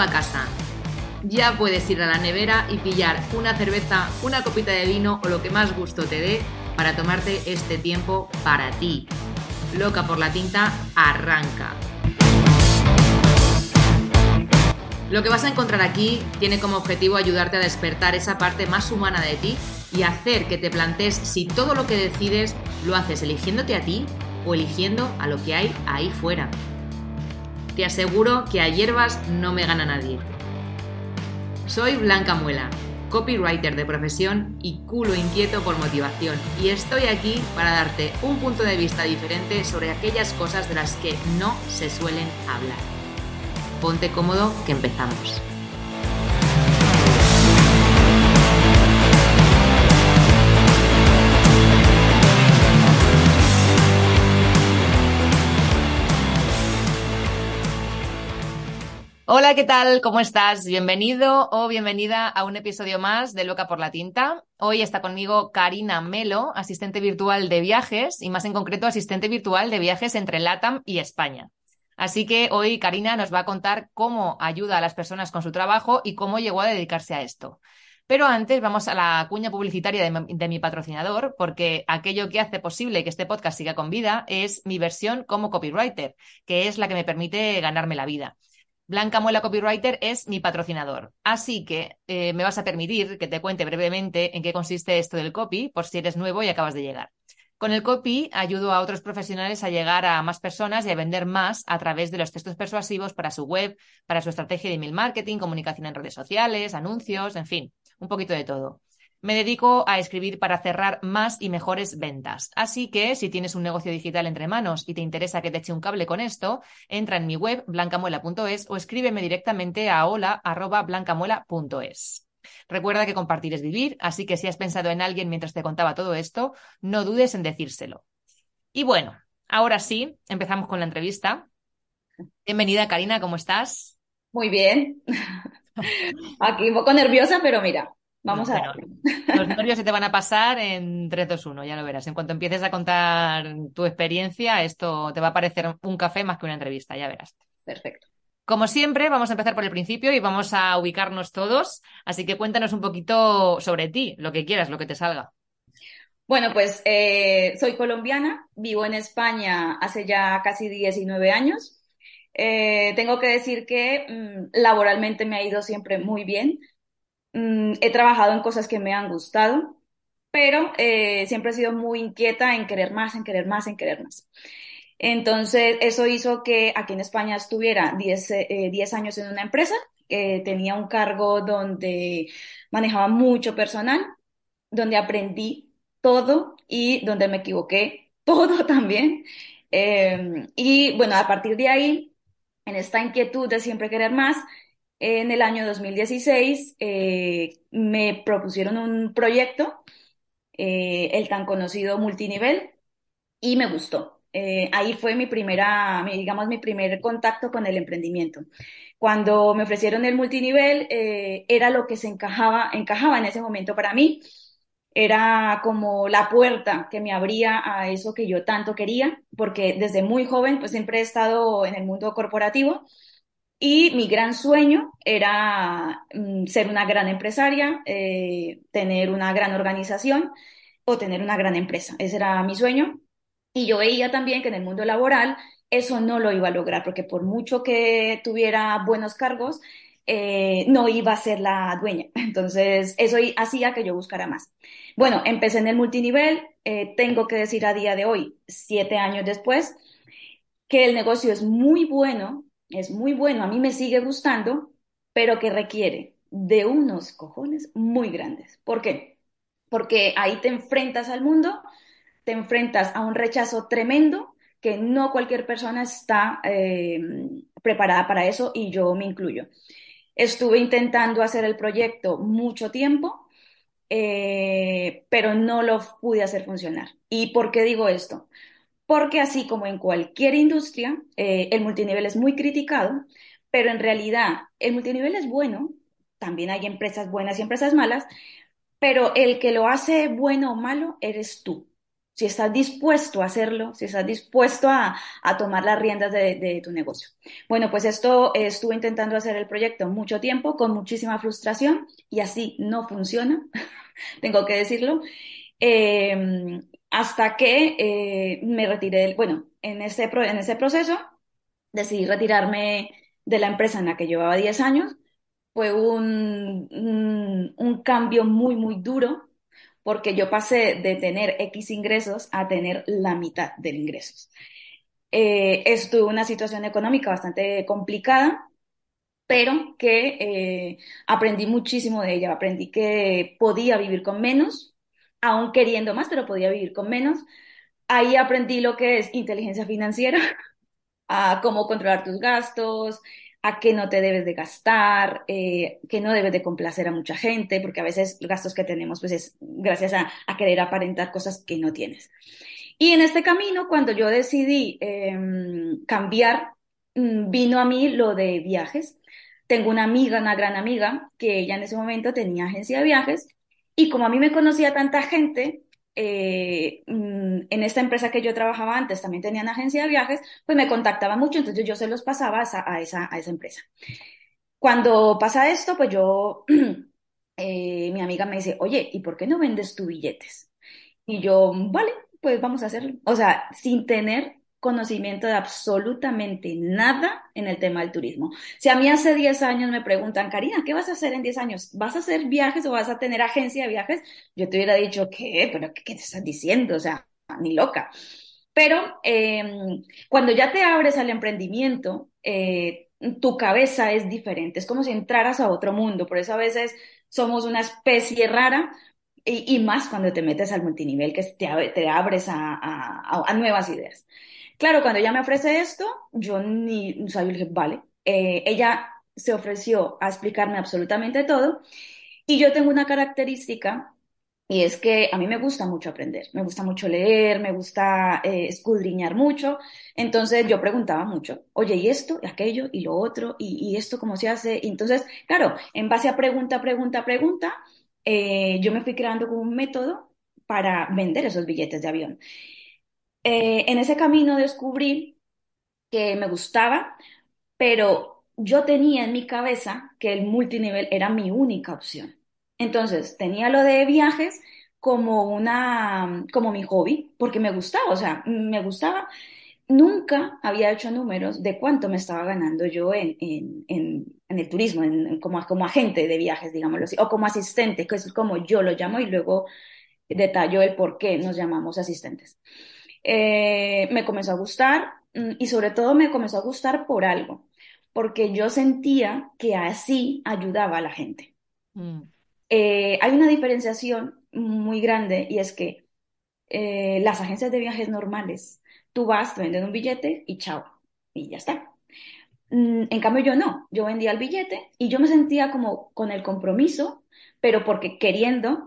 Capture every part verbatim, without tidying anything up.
a casa. Ya puedes ir a la nevera y pillar una cerveza, una copita de vino o lo que más gusto te dé para tomarte este tiempo para ti. Loca por la tinta, arranca. Lo que vas a encontrar aquí tiene como objetivo ayudarte a despertar esa parte más humana de ti y hacer que te plantees si todo lo que decides lo haces eligiéndote a ti o eligiendo a lo que hay ahí fuera. Te aseguro que a hierbas no me gana nadie. Soy Blanca Muela, copywriter de profesión y culo inquieto por motivación, y estoy aquí para darte un punto de vista diferente sobre aquellas cosas de las que no se suelen hablar. Ponte cómodo que empezamos. Hola, ¿qué tal? ¿Cómo estás? Bienvenido o bienvenida a un episodio más de Loca por la Tinta. Hoy está conmigo Karina Melo, asistente virtual de viajes y más en concreto asistente virtual de viajes entre LATAM y España. Así que hoy Karina nos va a contar cómo ayuda a las personas con su trabajo y cómo llegó a dedicarse a esto. Pero antes vamos a la cuña publicitaria de mi, de mi patrocinador, porque aquello que hace posible que este podcast siga con vida es mi versión como copywriter, que es la que me permite ganarme la vida. Blanca Muela Copywriter es mi patrocinador, así que eh, me vas a permitir que te cuente brevemente en qué consiste esto del copy, por si eres nuevo y acabas de llegar. Con el copy ayudo a otros profesionales a llegar a más personas y a vender más a través de los textos persuasivos para su web, para su estrategia de email marketing, comunicación en redes sociales, anuncios, en fin, un poquito de todo. Me dedico a escribir para cerrar más y mejores ventas. Así que si tienes un negocio digital entre manos y te interesa que te eche un cable con esto, entra en mi web blancamuela punto es o escríbeme directamente a hola arroba blancamuela punto es. Recuerda que compartir es vivir, así que si has pensado en alguien mientras te contaba todo esto, no dudes en decírselo. Y bueno, ahora sí, empezamos con la entrevista. Bienvenida, Karina, ¿cómo estás? Muy bien. Aquí un poco nerviosa, pero mira, vamos a Bueno, darle. los nervios se te van a pasar en tres, dos, uno, ya lo verás. En cuanto empieces a contar tu experiencia, esto te va a parecer un café más que una entrevista, ya verás. Perfecto. Como siempre, vamos a empezar por el principio y vamos a ubicarnos todos. Así que cuéntanos un poquito sobre ti, lo que quieras, lo que te salga. Bueno, pues eh, soy colombiana, vivo en España hace ya casi diecinueve años. Eh, tengo que decir que mm, laboralmente me ha ido siempre muy bien. Mm, he trabajado en cosas que me han gustado, pero eh, siempre he sido muy inquieta en querer más, en querer más, en querer más. Entonces, eso hizo que aquí en España estuviera diez eh, diez años en una empresa, eh, tenía un cargo donde manejaba mucho personal, donde aprendí todo y donde me equivoqué todo también. Eh, y bueno, a partir de ahí, en esta inquietud de siempre querer más, en el año dos mil dieciséis eh, me propusieron un proyecto, eh, el tan conocido multinivel, y me gustó. Eh, ahí fue mi primera, mi- digamos, mi primer contacto con el emprendimiento. Cuando me ofrecieron el multinivel, eh, era lo que se encajaba, encajaba en ese momento para mí. Era como la puerta que me abría a eso que yo tanto quería, porque desde muy joven, pues siempre he estado en el mundo corporativo y mi gran sueño era mm, ser una gran empresaria, eh, tener una gran organización o tener una gran empresa. Ese era mi sueño. Y yo veía también que en el mundo laboral eso no lo iba a lograr, porque por mucho que tuviera buenos cargos, eh, no iba a ser la dueña. Entonces, eso hi- hacía que yo buscara más. Bueno, empecé en el multinivel. Eh, tengo que decir a día de hoy, siete años después, que el negocio es muy bueno, es muy bueno, a mí me sigue gustando, pero que requiere de unos cojones muy grandes. ¿Por qué? Porque ahí te enfrentas al mundo, te enfrentas a un rechazo tremendo que no cualquier persona está eh, preparada para eso y yo me incluyo. Estuve intentando hacer el proyecto mucho tiempo, eh, pero no lo pude hacer funcionar. ¿Y por qué digo esto? Porque así como en cualquier industria, eh, el multinivel es muy criticado, pero en realidad el multinivel es bueno, también hay empresas buenas y empresas malas, pero el que lo hace bueno o malo eres tú. si estás dispuesto a hacerlo, si estás dispuesto a, a tomar las riendas de, de, tu negocio. Bueno, pues esto eh, estuve intentando hacer el proyecto mucho tiempo, con muchísima frustración, y así no funciona, tengo que decirlo, eh, hasta que eh, me retiré del, bueno, en ese, pro, en ese proceso decidí retirarme de la empresa en la que llevaba diez años. Fue un, un, un cambio muy, muy duro, porque yo pasé de tener X ingresos a tener la mitad de ingresos. Eh, estuve en una situación económica bastante complicada, pero que eh, aprendí muchísimo de ella. Aprendí que podía vivir con menos, aún queriendo más, pero podía vivir con menos. Ahí aprendí lo que es inteligencia financiera, a cómo controlar tus gastos, a qué no te debes de gastar, eh, que no debes de complacer a mucha gente, porque a veces los gastos que tenemos pues es gracias a, a querer aparentar cosas que no tienes. Y en este camino, cuando yo decidí eh, cambiar, mm, vino a mí lo de viajes. Tengo una amiga, una gran amiga, que ella en ese momento tenía agencia de viajes, y como a mí me conocía tanta gente, eh, mm, en esta empresa que yo trabajaba antes también tenían agencia de viajes, pues me contactaba mucho, entonces yo se los pasaba a esa, a esa, a esa empresa. Cuando pasa esto, pues yo, eh, mi amiga me dice, oye, ¿y por qué no vendes tus billetes? Y yo, vale, pues vamos a hacerlo. O sea, sin tener conocimiento de absolutamente nada en el tema del turismo. Si a mí hace diez años me preguntan, Karina, ¿qué vas a hacer en diez años? ¿Vas a hacer viajes o vas a tener agencia de viajes? Yo te hubiera dicho, ¿qué? ¿Pero qué, qué te estás diciendo? O sea, ni loca. Pero eh, cuando ya te abres al emprendimiento, eh, tu cabeza es diferente. Es como si entraras a otro mundo. Por eso a veces somos una especie rara, y, y más cuando te metes al multinivel, que te, ab- te abres a, a- a nuevas ideas. Claro, cuando ella me ofrece esto, yo ni, o sea, yo le dije, vale. Eh, ella se ofreció a explicarme absolutamente todo, y yo tengo una característica, y es que a mí me gusta mucho aprender, me gusta mucho leer, me gusta eh, escudriñar mucho. Entonces yo preguntaba mucho, oye, ¿y esto, y aquello, y lo otro, y, y esto cómo se hace? Y entonces, claro, en base a pregunta, pregunta, pregunta, eh, yo me fui creando como un método para vender esos billetes de avión. Eh, en ese camino descubrí que me gustaba, pero yo tenía en mi cabeza que el multinivel era mi única opción. Entonces, tenía lo de viajes como una, como mi hobby, porque me gustaba, o sea, me gustaba. Nunca había hecho números de cuánto me estaba ganando yo en, en, en, en el turismo, en, en como, como agente de viajes, digámoslo así, o como asistente, que es como yo lo llamo, y luego detallo el por qué nos llamamos asistentes. Eh, me comenzó a gustar, mm, y sobre todo me comenzó a gustar por algo, porque yo sentía que así ayudaba a la gente. Mm. Eh, hay una diferenciación muy grande, y es que eh, las agencias de viajes normales, tú vas, te venden un billete y chao, y ya está. Mm, En cambio yo no, yo vendía el billete y yo me sentía como con el compromiso, pero porque queriendo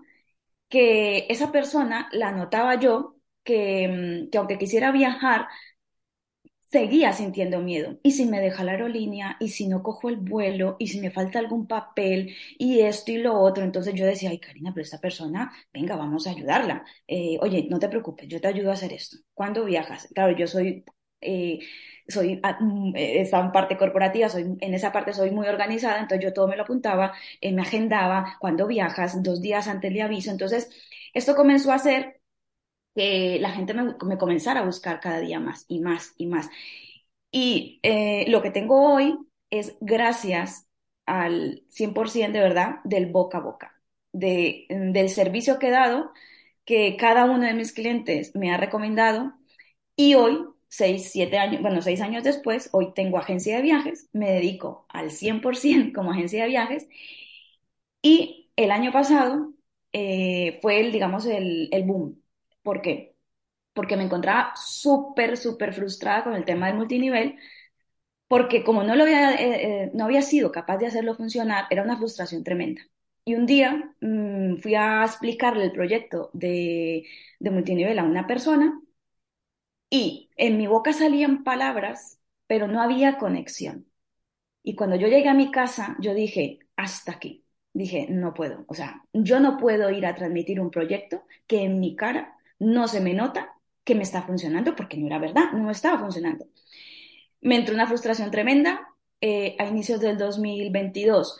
que esa persona la notaba yo, que, mm, que aunque quisiera viajar, seguía sintiendo miedo. ¿Y si me deja la aerolínea? ¿Y si no cojo el vuelo? ¿Y si me falta algún papel? Y esto y lo otro. Entonces yo decía, ay, Karina, pero esta persona, venga, vamos a ayudarla. Eh, oye, no te preocupes, yo te ayudo a hacer esto. ¿Cuándo viajas? Claro, yo soy... eh, soy ah, mm, eh, esta en parte corporativa, soy, en esa parte soy muy organizada, entonces yo todo me lo apuntaba, eh, me agendaba, cuando viajas, dos días antes le aviso. Entonces, esto comenzó a hacer que la gente me, me comenzara a buscar cada día más y más y más. Y eh, lo que tengo hoy es gracias al cien por ciento de verdad del boca a boca, de, del servicio que he dado, que cada uno de mis clientes me ha recomendado. Y hoy, seis, siete años, bueno, seis años después, hoy tengo agencia de viajes, me dedico al cien por ciento como agencia de viajes. Y el año pasado eh, fue el, digamos, el, el boom. ¿Por qué? Porque me encontraba súper, súper frustrada con el tema del multinivel, porque como no lo había, eh, eh, no había sido capaz de hacerlo funcionar, era una frustración tremenda. Y un día mm, fui a explicarle el proyecto de, de multinivel a una persona, y en mi boca salían palabras, pero no había conexión. Y cuando yo llegué a mi casa, yo dije, hasta aquí. Dije, no puedo. O sea, yo no puedo ir a transmitir un proyecto que en mi cara no se me nota que me está funcionando porque no era verdad, no me estaba funcionando. Me entró una frustración tremenda eh, a inicios del dos mil veintidós.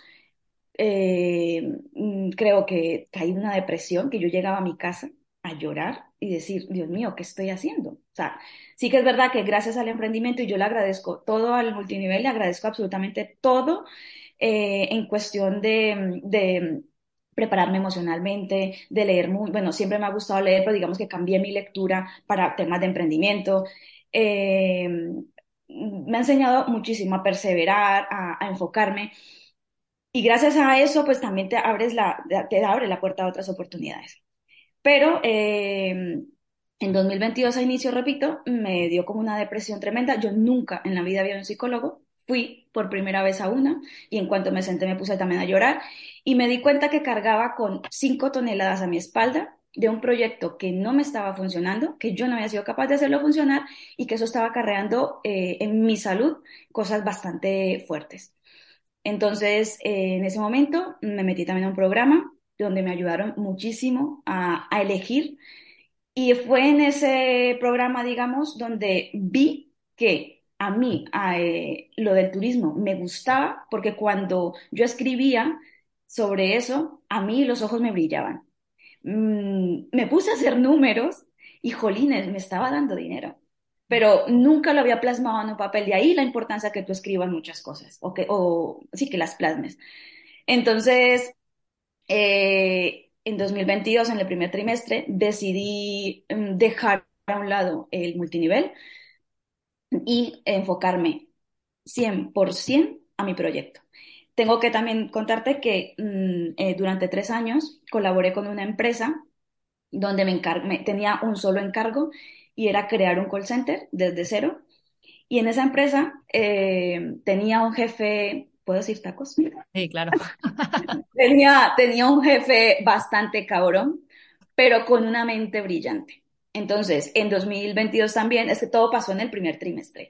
Eh, mm, creo que caí en una depresión, que yo llegaba a mi casa a llorar y decir, Dios mío, ¿qué estoy haciendo? O sea, sí que es verdad que gracias al emprendimiento, y yo le agradezco todo al multinivel, le agradezco absolutamente todo eh, en cuestión de, de prepararme emocionalmente, de leer muy, bueno, siempre me ha gustado leer, pero digamos que cambié mi lectura para temas de emprendimiento. Eh, Me ha enseñado muchísimo a perseverar, a, a enfocarme. Y gracias a eso, pues también te abres la, te abre la puerta a otras oportunidades. Pero eh, en dos mil veintidós a inicio, repito, me dio como una depresión tremenda. Yo nunca en la vida había ido a un psicólogo. Fui por primera vez a una y en cuanto me senté me puse también a llorar y me di cuenta que cargaba con cinco toneladas a mi espalda de un proyecto que no me estaba funcionando, que yo no había sido capaz de hacerlo funcionar y que eso estaba acarreando eh, en mi salud cosas bastante fuertes. Entonces, eh, en ese momento me metí también a un programa donde me ayudaron muchísimo a, a elegir y fue en ese programa, digamos, donde vi que a mí a, eh, lo del turismo me gustaba porque cuando yo escribía sobre eso, a mí los ojos me brillaban. Mm, me puse a hacer números y jolines, me estaba dando dinero, pero nunca lo había plasmado en un papel. De ahí la importancia que tú escribas muchas cosas, o que, o sí que las plasmes. Entonces, eh, en dos mil veintidós, en el primer trimestre, decidí mm, dejar a un lado el multinivel y enfocarme cien por ciento a mi proyecto. Tengo que también contarte que mm, eh, durante tres años colaboré con una empresa donde me, encar me tenía un solo encargo y era crear un call center desde cero. Y en esa empresa eh, tenía un jefe, ¿puedo decir tacos? Sí, claro. Tenía, tenía un jefe bastante cabrón, pero con una mente brillante. Entonces, en dos mil veintidós también, es que todo pasó en el primer trimestre.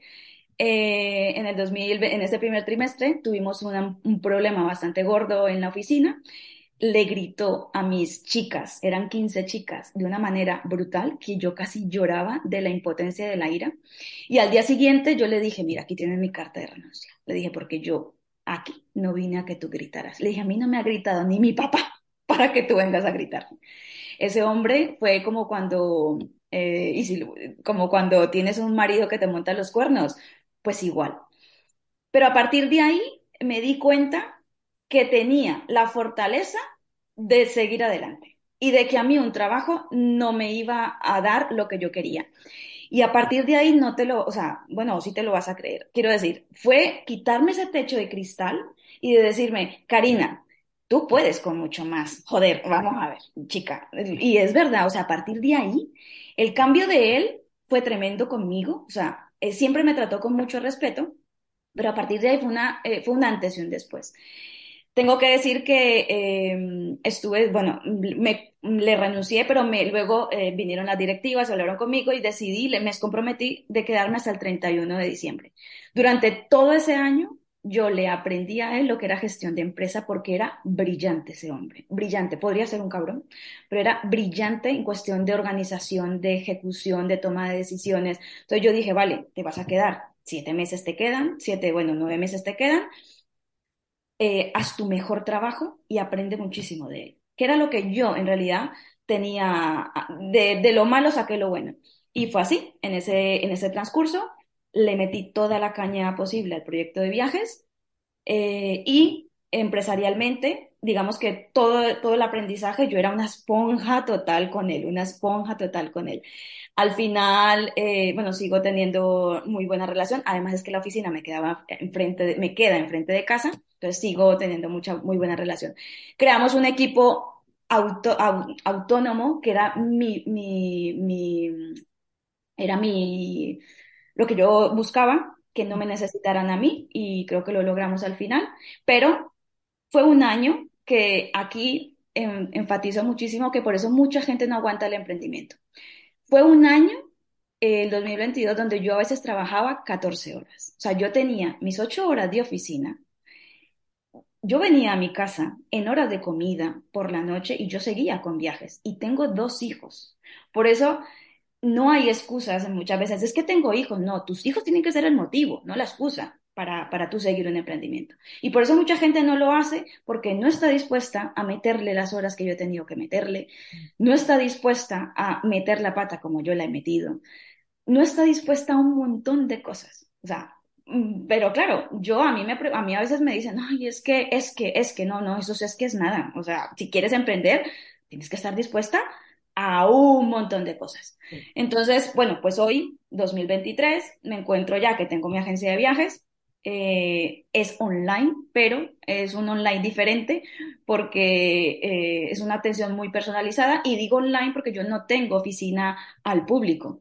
Eh, en el dos mil, en ese primer trimestre tuvimos una- un problema bastante gordo en la oficina. Le gritó a mis chicas, eran quince chicas, de una manera brutal que yo casi lloraba de la impotencia y de la ira. Y al día siguiente yo le dije, mira, aquí tienes mi carta de renuncia. Le dije, porque yo aquí no vine a que tú gritaras. Le dije, a mí no me ha gritado ni mi papá para que tú vengas a gritar. Ese hombre fue como cuando, eh, y si, como cuando tienes un marido que te monta los cuernos, pues igual. Pero a partir de ahí me di cuenta que tenía la fortaleza de seguir adelante y de que a mí un trabajo no me iba a dar lo que yo quería. Y a partir de ahí no te lo, o sea, bueno, sí te lo vas a creer. Quiero decir, fue quitarme ese techo de cristal y de decirme, Karina, tú puedes con mucho más. Joder, vamos a ver, chica. Y es verdad, o sea, a partir de ahí, el cambio de él fue tremendo conmigo. O sea, eh, siempre me trató con mucho respeto, pero a partir de ahí fue una, eh, fue un antes y un después. Tengo que decir que eh, estuve, bueno, me, le renuncié, pero me, luego eh, vinieron las directivas, hablaron conmigo y decidí, le, me comprometí de quedarme hasta el treinta y uno de diciembre. Durante todo ese año yo le aprendí a él lo que era gestión de empresa porque era brillante ese hombre, brillante, podría ser un cabrón, pero era brillante en cuestión de organización, de ejecución, de toma de decisiones. Entonces yo dije, vale, te vas a quedar, siete meses te quedan, siete, bueno, nueve meses te quedan, eh, haz tu mejor trabajo y aprende muchísimo de él. Que era lo que yo en realidad tenía, de, de lo malo saqué lo bueno. Y fue así, en ese, en ese transcurso le metí toda la caña posible al proyecto de viajes eh, y empresarialmente, digamos que todo, todo el aprendizaje, yo era una esponja total con él, una esponja total con él. Al final, eh, bueno, sigo teniendo muy buena relación. Además es que la oficina me quedaba enfrente de- me queda enfrente de casa, entonces sigo teniendo mucha, muy buena relación. Creamos un equipo auto- au- autónomo que era mi, mi, mi, era mi, lo que yo buscaba, que no me necesitaran a mí y creo que lo logramos al final, pero fue un año que aquí em, enfatizo muchísimo que por eso mucha gente no aguanta el emprendimiento. Fue un año, eh, el dos mil veintidós, donde yo a veces trabajaba catorce horas. O sea, yo tenía mis ocho horas de oficina, yo venía a mi casa en horas de comida por la noche y yo seguía con viajes y tengo dos hijos. Por eso no hay excusas muchas veces. Es que tengo hijos. No, tus hijos tienen que ser el motivo, no la excusa para, para tú seguir un emprendimiento. Y por eso mucha gente no lo hace porque no está dispuesta a meterle las horas que yo he tenido que meterle, no está dispuesta a meter la pata como yo la he metido, no está dispuesta a un montón de cosas. O sea, mm, pero claro, yo a mí, me, a mí a veces me dicen, ay, es que, es que, es que, no, no, eso es que es nada. O sea, si quieres emprender, tienes que estar dispuesta a un montón de cosas. Sí. Entonces, bueno, pues hoy, dos mil veintitrés, me encuentro ya que tengo mi agencia de viajes. Eh, es online, pero es un online diferente porque eh, es una atención muy personalizada y digo online porque yo no tengo oficina al público.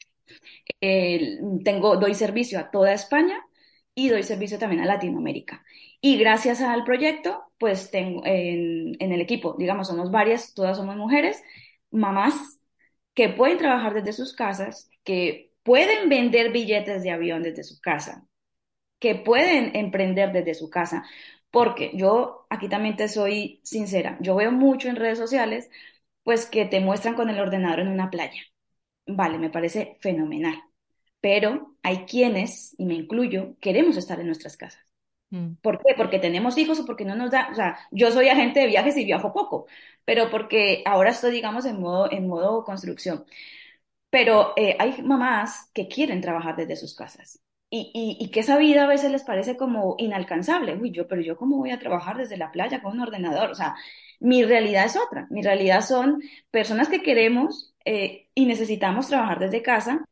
Eh, tengo, doy servicio a toda España y doy servicio también a Latinoamérica. Y gracias al proyecto, pues tengo en, en el equipo, digamos, somos varias, todas somos mujeres, mamás que pueden trabajar desde sus casas, que pueden vender billetes de avión desde su casa, que pueden emprender desde su casa. Porque yo aquí también te soy sincera, yo veo mucho en redes sociales, pues que te muestran con el ordenador en una playa. Vale, me parece fenomenal. Pero hay quienes, y me incluyo, queremos estar en nuestras casas. Mm. ¿Por qué? Porque tenemos hijos o porque no nos da, o sea, yo soy agente de viajes y viajo poco, pero porque ahora estoy, digamos, en modo, en modo construcción. Pero eh, hay mamás que quieren trabajar desde sus casas y, y, y que esa vida a veces les parece como inalcanzable. Uy, yo, pero yo cómo voy a trabajar desde la playa con un ordenador. O sea, mi realidad es otra. Mi realidad son personas que queremos eh, y necesitamos trabajar desde casa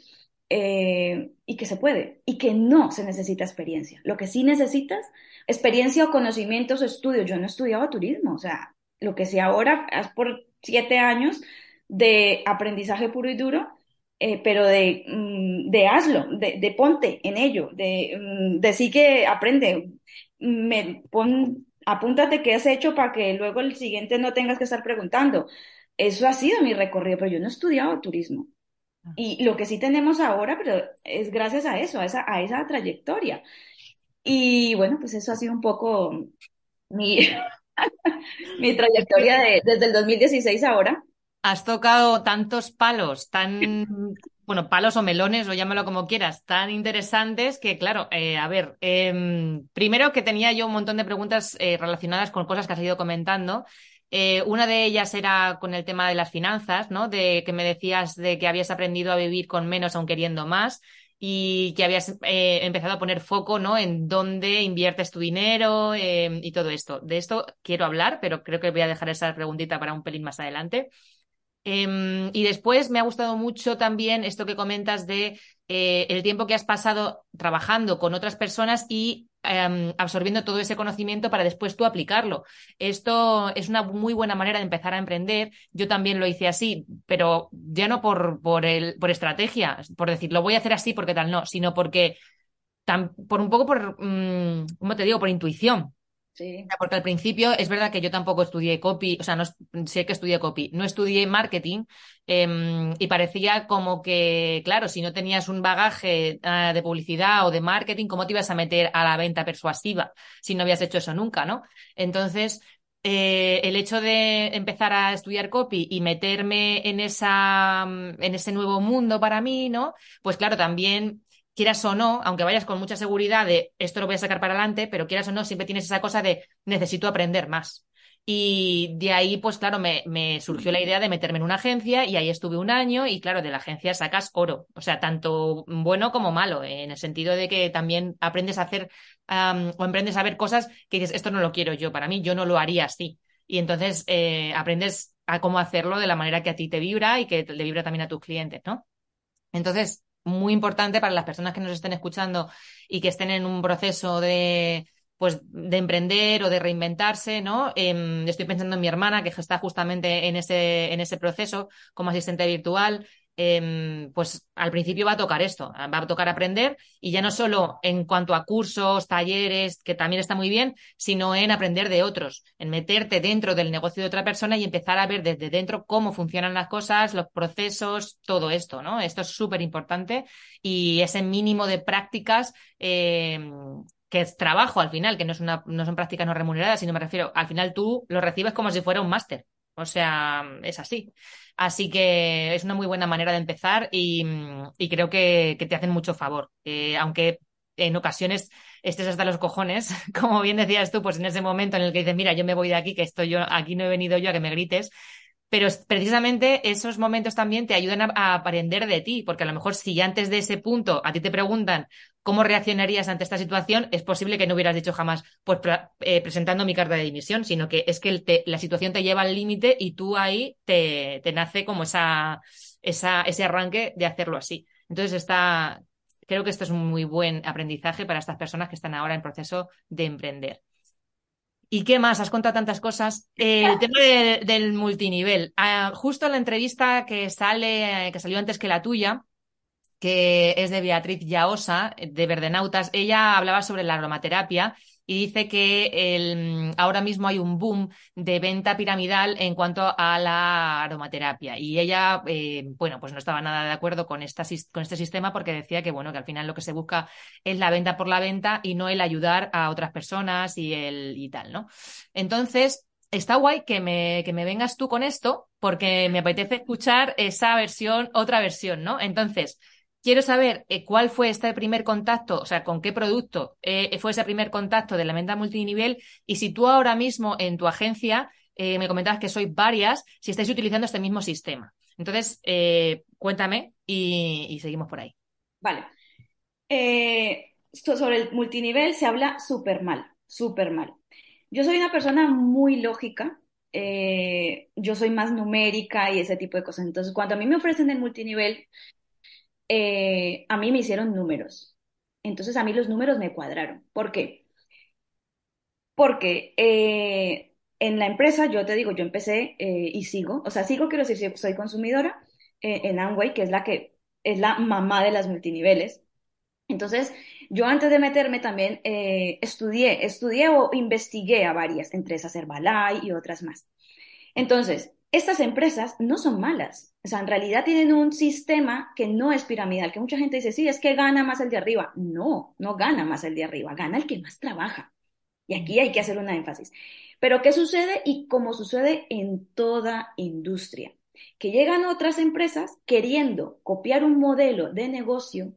eh, y que se puede y que no se necesita experiencia. Lo que sí necesitas, experiencia o conocimientos o estudios. Yo no estudiaba turismo, o sea, lo que sé ahora es por siete años de aprendizaje puro y duro, eh, pero de, mm, de hazlo, de, de ponte en ello, de, mm, de sí que aprende, me, pon, apúntate qué has hecho para que luego el siguiente no tengas que estar preguntando. Eso ha sido mi recorrido, pero yo no he estudiado turismo. Y lo que sí tenemos ahora, pero es gracias a eso, a esa, a esa trayectoria. Y bueno, pues eso ha sido un poco mi, mi Es que trayectoria de- desde el dos mil dieciséis ahora. has tocado tantos palos, tan, bueno, palos o melones, o llámalo como quieras, tan interesantes que, claro, eh, a ver, em, primero que tenía yo un montón de preguntas eh, relacionadas con cosas que has ido comentando. Eh, una de ellas era con el tema de las finanzas, ¿no? De que me decías de que habías aprendido a vivir con menos aun queriendo más y que habías eh, empezado a poner foco, ¿no? En dónde inviertes tu dinero em, y todo esto. De esto quiero hablar, pero creo que voy a dejar esa preguntita para un pelín más adelante. Eh, y después me ha gustado mucho también esto que comentas de eh, el tiempo que has pasado trabajando con otras personas y eh, absorbiendo todo ese conocimiento para después tú aplicarlo. Esto es una muy buena manera de empezar a emprender. Yo también lo hice así, pero ya no por, por, el, por estrategia, por decir, lo voy a hacer así porque tal, no, sino porque tan, por un poco por, mm, ¿cómo te digo? Por intuición. Sí. Porque al principio es verdad que yo tampoco estudié copy, o sea, no es- sé que estudié copy, no estudié marketing eh, y parecía como que, claro, si no tenías un bagaje eh, de publicidad o de marketing, ¿cómo te ibas a meter a la venta persuasiva si no habías hecho eso nunca, ¿no? Entonces, eh, el hecho de empezar a estudiar copy y meterme en esa, en ese nuevo mundo para mí, ¿no? Pues claro, también quieras o no, aunque vayas con mucha seguridad de esto lo voy a sacar para adelante, pero quieras o no, siempre tienes esa cosa de necesito aprender más. Y de ahí, pues claro, me, me surgió la idea de meterme en una agencia y ahí estuve un año y claro, de la agencia sacas oro, o sea, tanto bueno como malo, eh, en el sentido de que también aprendes a hacer um, o emprendes a ver cosas que dices, esto no lo quiero yo, para mí yo no lo haría así. Y entonces eh, aprendes a cómo hacerlo de la manera que a ti te vibra y que le vibra también a tus clientes, ¿no? Entonces, muy importante para las personas que nos estén escuchando y que estén en un proceso de, pues, de emprender o de reinventarse, ¿no? Eh, estoy pensando en mi hermana, que está justamente en ese, en ese proceso como asistente virtual. Eh, pues al principio va a tocar esto, va a tocar aprender y ya no solo en cuanto a cursos, talleres, que también está muy bien, sino en aprender de otros, en meterte dentro del negocio de otra persona y empezar a ver desde dentro cómo funcionan las cosas, los procesos, todo esto, ¿no? Esto es súper importante y ese mínimo de prácticas eh, que es trabajo al final, que no es una, no son prácticas no remuneradas, sino me refiero, al final tú lo recibes como si fuera un máster. O sea, es así. Así que es una muy buena manera de empezar y, y creo que, que te hacen mucho favor. Eh, aunque en ocasiones estés hasta los cojones, como bien decías tú, pues en ese momento en el que dices, mira, yo me voy de aquí, que estoy yo, aquí no he venido yo a que me grites, pero es- precisamente esos momentos también te ayudan a, a aprender de ti, porque a lo mejor si antes de ese punto a ti te preguntan cómo reaccionarías ante esta situación, es posible que no hubieras dicho jamás, pues pra- eh, presentando mi carta de dimisión, sino que es que el te- la situación te lleva al límite y tú ahí te, te nace como esa, esa, ese arranque de hacerlo así. Entonces está, creo que esto es un muy buen aprendizaje para estas personas que están ahora en proceso de emprender. ¿Y qué más? Has contado tantas cosas. Eh, el tema de- del multinivel. Ah, justo en la entrevista que sale, eh, que salió antes que la tuya, que es de Beatriz Llaosa, de Verdenautas, ella hablaba sobre la aromaterapia y dice que el, ahora mismo hay un boom de venta piramidal en cuanto a la aromaterapia. Y ella, eh, bueno, pues no estaba nada de acuerdo con, esta, sis- con este sistema porque decía que, bueno, que al final lo que se busca es la venta por la venta y no el ayudar a otras personas y, el, y tal, ¿no? Entonces, está guay que me, que me vengas tú con esto porque me apetece escuchar esa versión, otra versión, ¿no? Entonces, quiero saber eh, cuál fue este primer contacto, o sea, con qué producto eh, fue ese primer contacto de la venta multinivel y si tú ahora mismo en tu agencia eh, me comentabas que sois varias, si estáis utilizando este mismo sistema. Entonces, eh, cuéntame y, y seguimos por ahí. Vale. Eh, esto sobre el multinivel se habla súper mal, súper mal. Yo soy una persona muy lógica, eh, yo soy más numérica y ese tipo de cosas. Entonces, cuando a mí me ofrecen el multinivel, eh, a mí me hicieron números. Entonces, a mí los números me cuadraron. ¿Por qué? Porque eh, en la empresa, yo te digo, yo empecé eh, y sigo, o sea, sigo, quiero decir, soy consumidora eh, en Amway, que es la que es la mamá de las multiniveles. Entonces, yo antes de meterme también eh, estudié, estudié o investigué a varias, entre esas Herbalife y otras más. Entonces, estas empresas no son malas. O sea, en realidad tienen un sistema que no es piramidal, que mucha gente dice, sí, es que gana más el de arriba. No, no gana más el de arriba, gana el que más trabaja. Y aquí hay que hacer un énfasis. Pero ¿qué sucede? Y como sucede en toda industria, que llegan otras empresas queriendo copiar un modelo de negocio,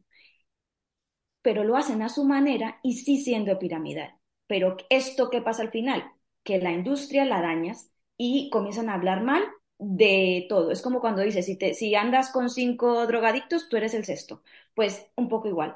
pero lo hacen a su manera y sí siendo piramidal. Pero esto qué pasa al final, que la industria la dañas y comienzan a hablar mal de todo. Es como cuando dices, si, te, si andas con cinco drogadictos, tú eres el sexto. Pues un poco igual.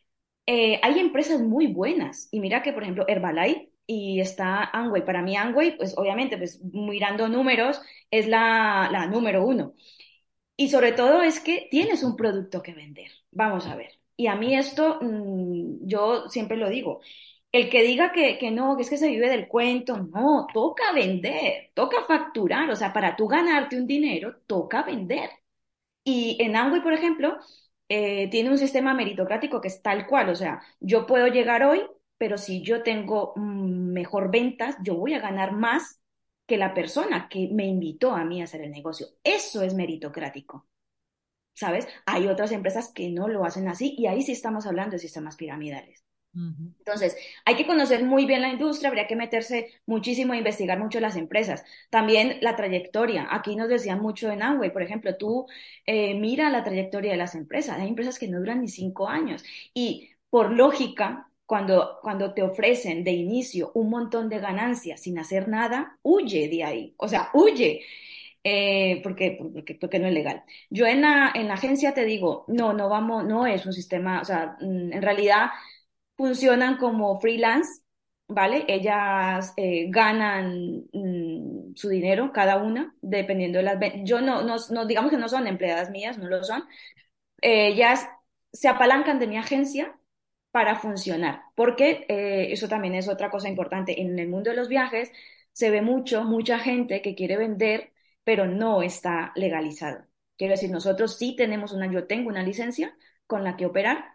Eh, hay empresas muy buenas y mira que, por ejemplo, Herbalife y está Amway. Para mí Amway, pues obviamente, pues mirando números, es la, la número uno. Y sobre todo es que tienes un producto que vender. Vamos a ver. Y a mí esto, mmm, yo siempre lo digo. El que diga que, que no, que es que se vive del cuento, no, toca vender, toca facturar. O sea, para tú ganarte un dinero, toca vender. Y en Amway, por ejemplo, eh, tiene un sistema meritocrático que es tal cual. O sea, yo puedo llegar hoy, pero si yo tengo mm, mejor ventas, yo voy a ganar más que la persona que me invitó a mí a hacer el negocio. Eso es meritocrático. ¿Sabes? Hay otras empresas que no lo hacen así y ahí sí estamos hablando de sistemas piramidales. Ujú. Entonces, hay que conocer muy bien la industria, habría que meterse muchísimo a investigar mucho las empresas. También la trayectoria. Aquí nos decían mucho en Amway, por ejemplo, tú eh, mira la trayectoria de las empresas. Hay empresas que no duran ni cinco años. Y por lógica, cuando, cuando te ofrecen de inicio un montón de ganancias sin hacer nada, huye de ahí. O sea, huye eh, porque, porque, porque no es legal. Yo en la, en la agencia te digo, no, no vamos, no es un sistema, o sea, mm, en realidad funcionan como freelance, ¿vale? Ellas eh, ganan mm, su dinero cada una, dependiendo de las... ven- Yo no, no, no, digamos que no son empleadas mías, no lo son. Eh, ellas se apalancan de mi agencia para funcionar, porque eh, eso también es otra cosa importante. En el mundo de los viajes se ve mucho, mucha gente que quiere vender, pero no está legalizado. Quiero decir, nosotros sí tenemos una, yo tengo una licencia con la que operar,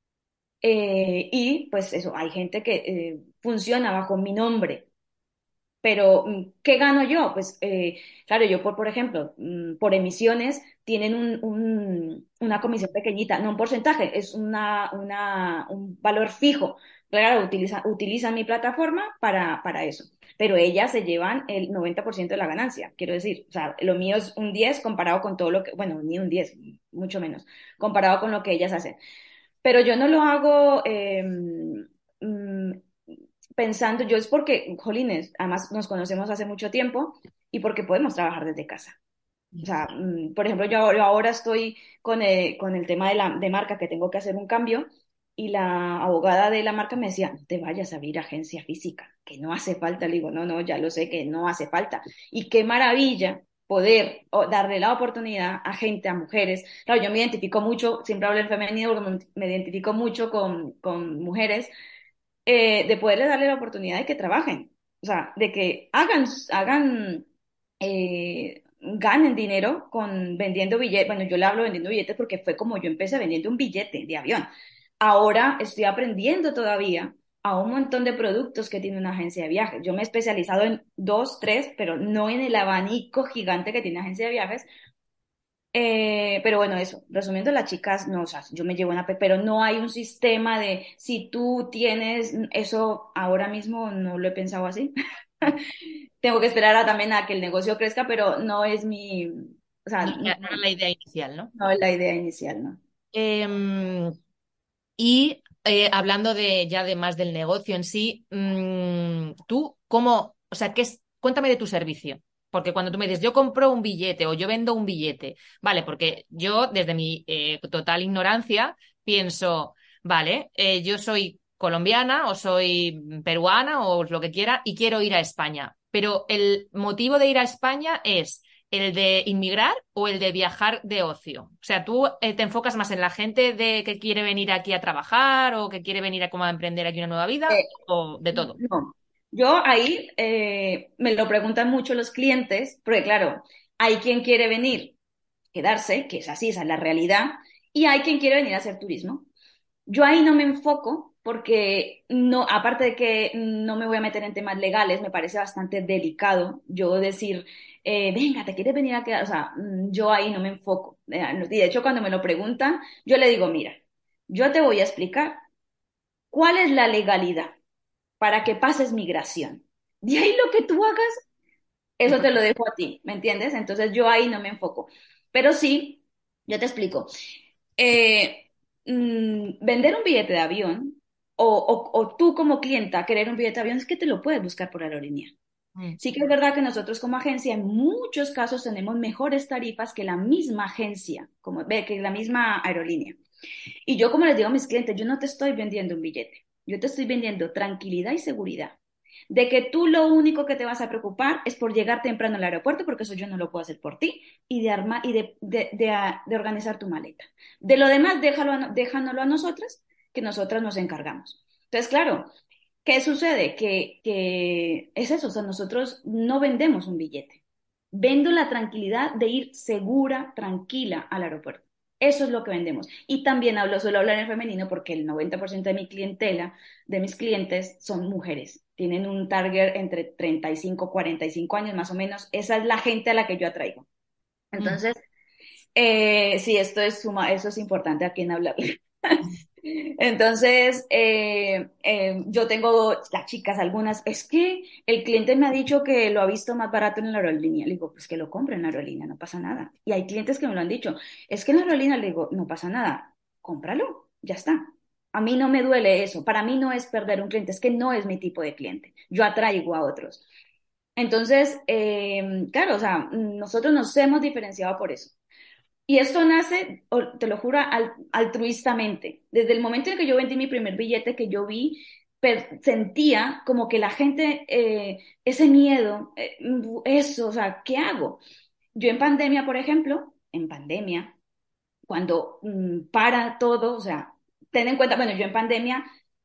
eh, y pues eso, hay gente que eh, funciona bajo mi nombre, pero mm, ¿qué gano yo? Pues eh, claro, yo por, por ejemplo, mm, por emisiones tienen un, un- una comisión pequeñita, no un porcentaje, es una, una, un valor fijo. claro, utiliza, utilizan mi plataforma para, para eso. Pero ellas se llevan el noventa por ciento de la ganancia, quiero decir. O sea, lo mío es un diez comparado con todo lo que, bueno, ni un diez, mucho menos, comparado con lo que ellas hacen. Pero yo no lo hago eh, mm, pensando, yo es porque, jolines, además nos conocemos hace mucho tiempo y porque podemos trabajar desde casa. O sea, mm, por ejemplo, yo, yo ahora estoy con el, con el tema de la de marca que tengo que hacer un cambio y la abogada de la marca me decía, no te vayas a abrir agencia física, que no hace falta. Le digo, no, no, ya lo sé que no hace falta. Y qué maravilla poder o, darle la oportunidad a gente, a mujeres. Claro, yo me identifico mucho, siempre hablo en femenino porque me, me identifico mucho con, con mujeres, eh, de poderles darle la oportunidad de que trabajen. O sea, de que hagan, hagan eh, ganen dinero con vendiendo billetes. Bueno, yo le hablo vendiendo billetes porque fue como yo empecé vendiendo un billete de avión. Ahora estoy aprendiendo todavía a un montón de productos que tiene una agencia de viajes. Yo me he especializado en dos, tres, pero no en el abanico gigante que tiene una agencia de viajes. Eh, pero bueno, eso, resumiendo, las chicas, no, o sea, yo me llevo una, pe- pero no hay un sistema de si tú tienes eso ahora mismo, no lo he pensado así. Tengo que esperar a, también a que el negocio crezca, pero no es mi, o sea, No no, era, no era la idea inicial, ¿no? no es la idea inicial, ¿no? Em, y eh, hablando de ya de más del negocio en sí, mm, tú, ¿cómo, o sea, qué es, cuéntame de tu servicio? Porque cuando tú me dices, yo compro un billete o yo vendo un billete, vale, porque yo desde mi eh, total ignorancia pienso, vale, eh, yo soy colombiana o soy peruana o lo que quiera y quiero ir a España, pero el motivo de ir a España es ¿el de inmigrar o el de viajar de ocio? O sea, ¿tú eh, te enfocas más en la gente de que quiere venir aquí a trabajar o que quiere venir a como a emprender aquí una nueva vida Eh, o de todo? no, yo ahí eh, me lo preguntan mucho los clientes, porque claro, hay quien quiere venir, quedarse, que es así, esa es la realidad, y hay quien quiere venir a hacer turismo. Yo ahí no me enfoco porque no, aparte de que no me voy a meter en temas legales, me parece bastante delicado yo decir, eh, venga, ¿te quieres venir a quedar? O sea, mm, yo ahí no me enfoco. Eh, Y de hecho, cuando me lo preguntan, yo le digo, mira, yo te voy a explicar cuál es la legalidad para que pases migración. De ahí lo que tú hagas, eso te lo dejo a ti, ¿me entiendes? Entonces yo ahí no me enfoco. Pero sí, yo te explico. Eh, mm, Vender un billete de avión o, o- o tú como clienta querer un billete de avión es que te lo puedes buscar por aerolínea. Mm, Sí que es verdad que nosotros como agencia en muchos casos tenemos mejores tarifas que la misma agencia, como ve que la misma aerolínea. Y yo como les digo a mis clientes, yo no te estoy vendiendo un billete, yo te estoy vendiendo tranquilidad y seguridad. De que tú lo único que te vas a preocupar es por llegar temprano al aeropuerto, porque eso yo no lo puedo hacer por ti, y de, armar, y de, de, de, a- de organizar tu maleta. De lo demás, déjalo a, no- déjanoslo a nosotras, que nosotras nos encargamos. Entonces, claro, ¿qué sucede? Que, que es eso, o sea, nosotros no vendemos un billete. Vendo la tranquilidad de ir segura, tranquila al aeropuerto. Eso es lo que vendemos. Y también hablo, suelo hablar en femenino porque el noventa por ciento de mi clientela, de mis clientes, son mujeres. Tienen un target entre treinta y cinco, cuarenta y cinco años más o menos. Esa es la gente a la que yo atraigo. mm. Entonces, eh, sí, esto es suma, eso es importante a quien hablar. Entonces, eh, eh, yo tengo las chicas, algunas, es que el cliente me ha dicho que lo ha visto más barato en la aerolínea. Le digo, pues que lo compre en la aerolínea, no pasa nada. Y hay clientes que me lo han dicho, es que en la aerolínea le digo, no pasa nada, cómpralo, ya está. A mí no me duele eso, para mí no es perder un cliente, es que no es mi tipo de cliente. Yo atraigo a otros. Entonces, eh, claro, o sea, nosotros nos hemos diferenciado por eso. Y esto nace, o- te lo juro, al- altruistamente. Desde el momento en que yo vendí mi primer billete, que yo vi, per- sentía como que la gente, eh, ese miedo, eh, eso, o sea, ¿qué hago? Yo en pandemia, por ejemplo, en pandemia, cuando mm, para todo, o sea, ten en cuenta, bueno, yo en pandemia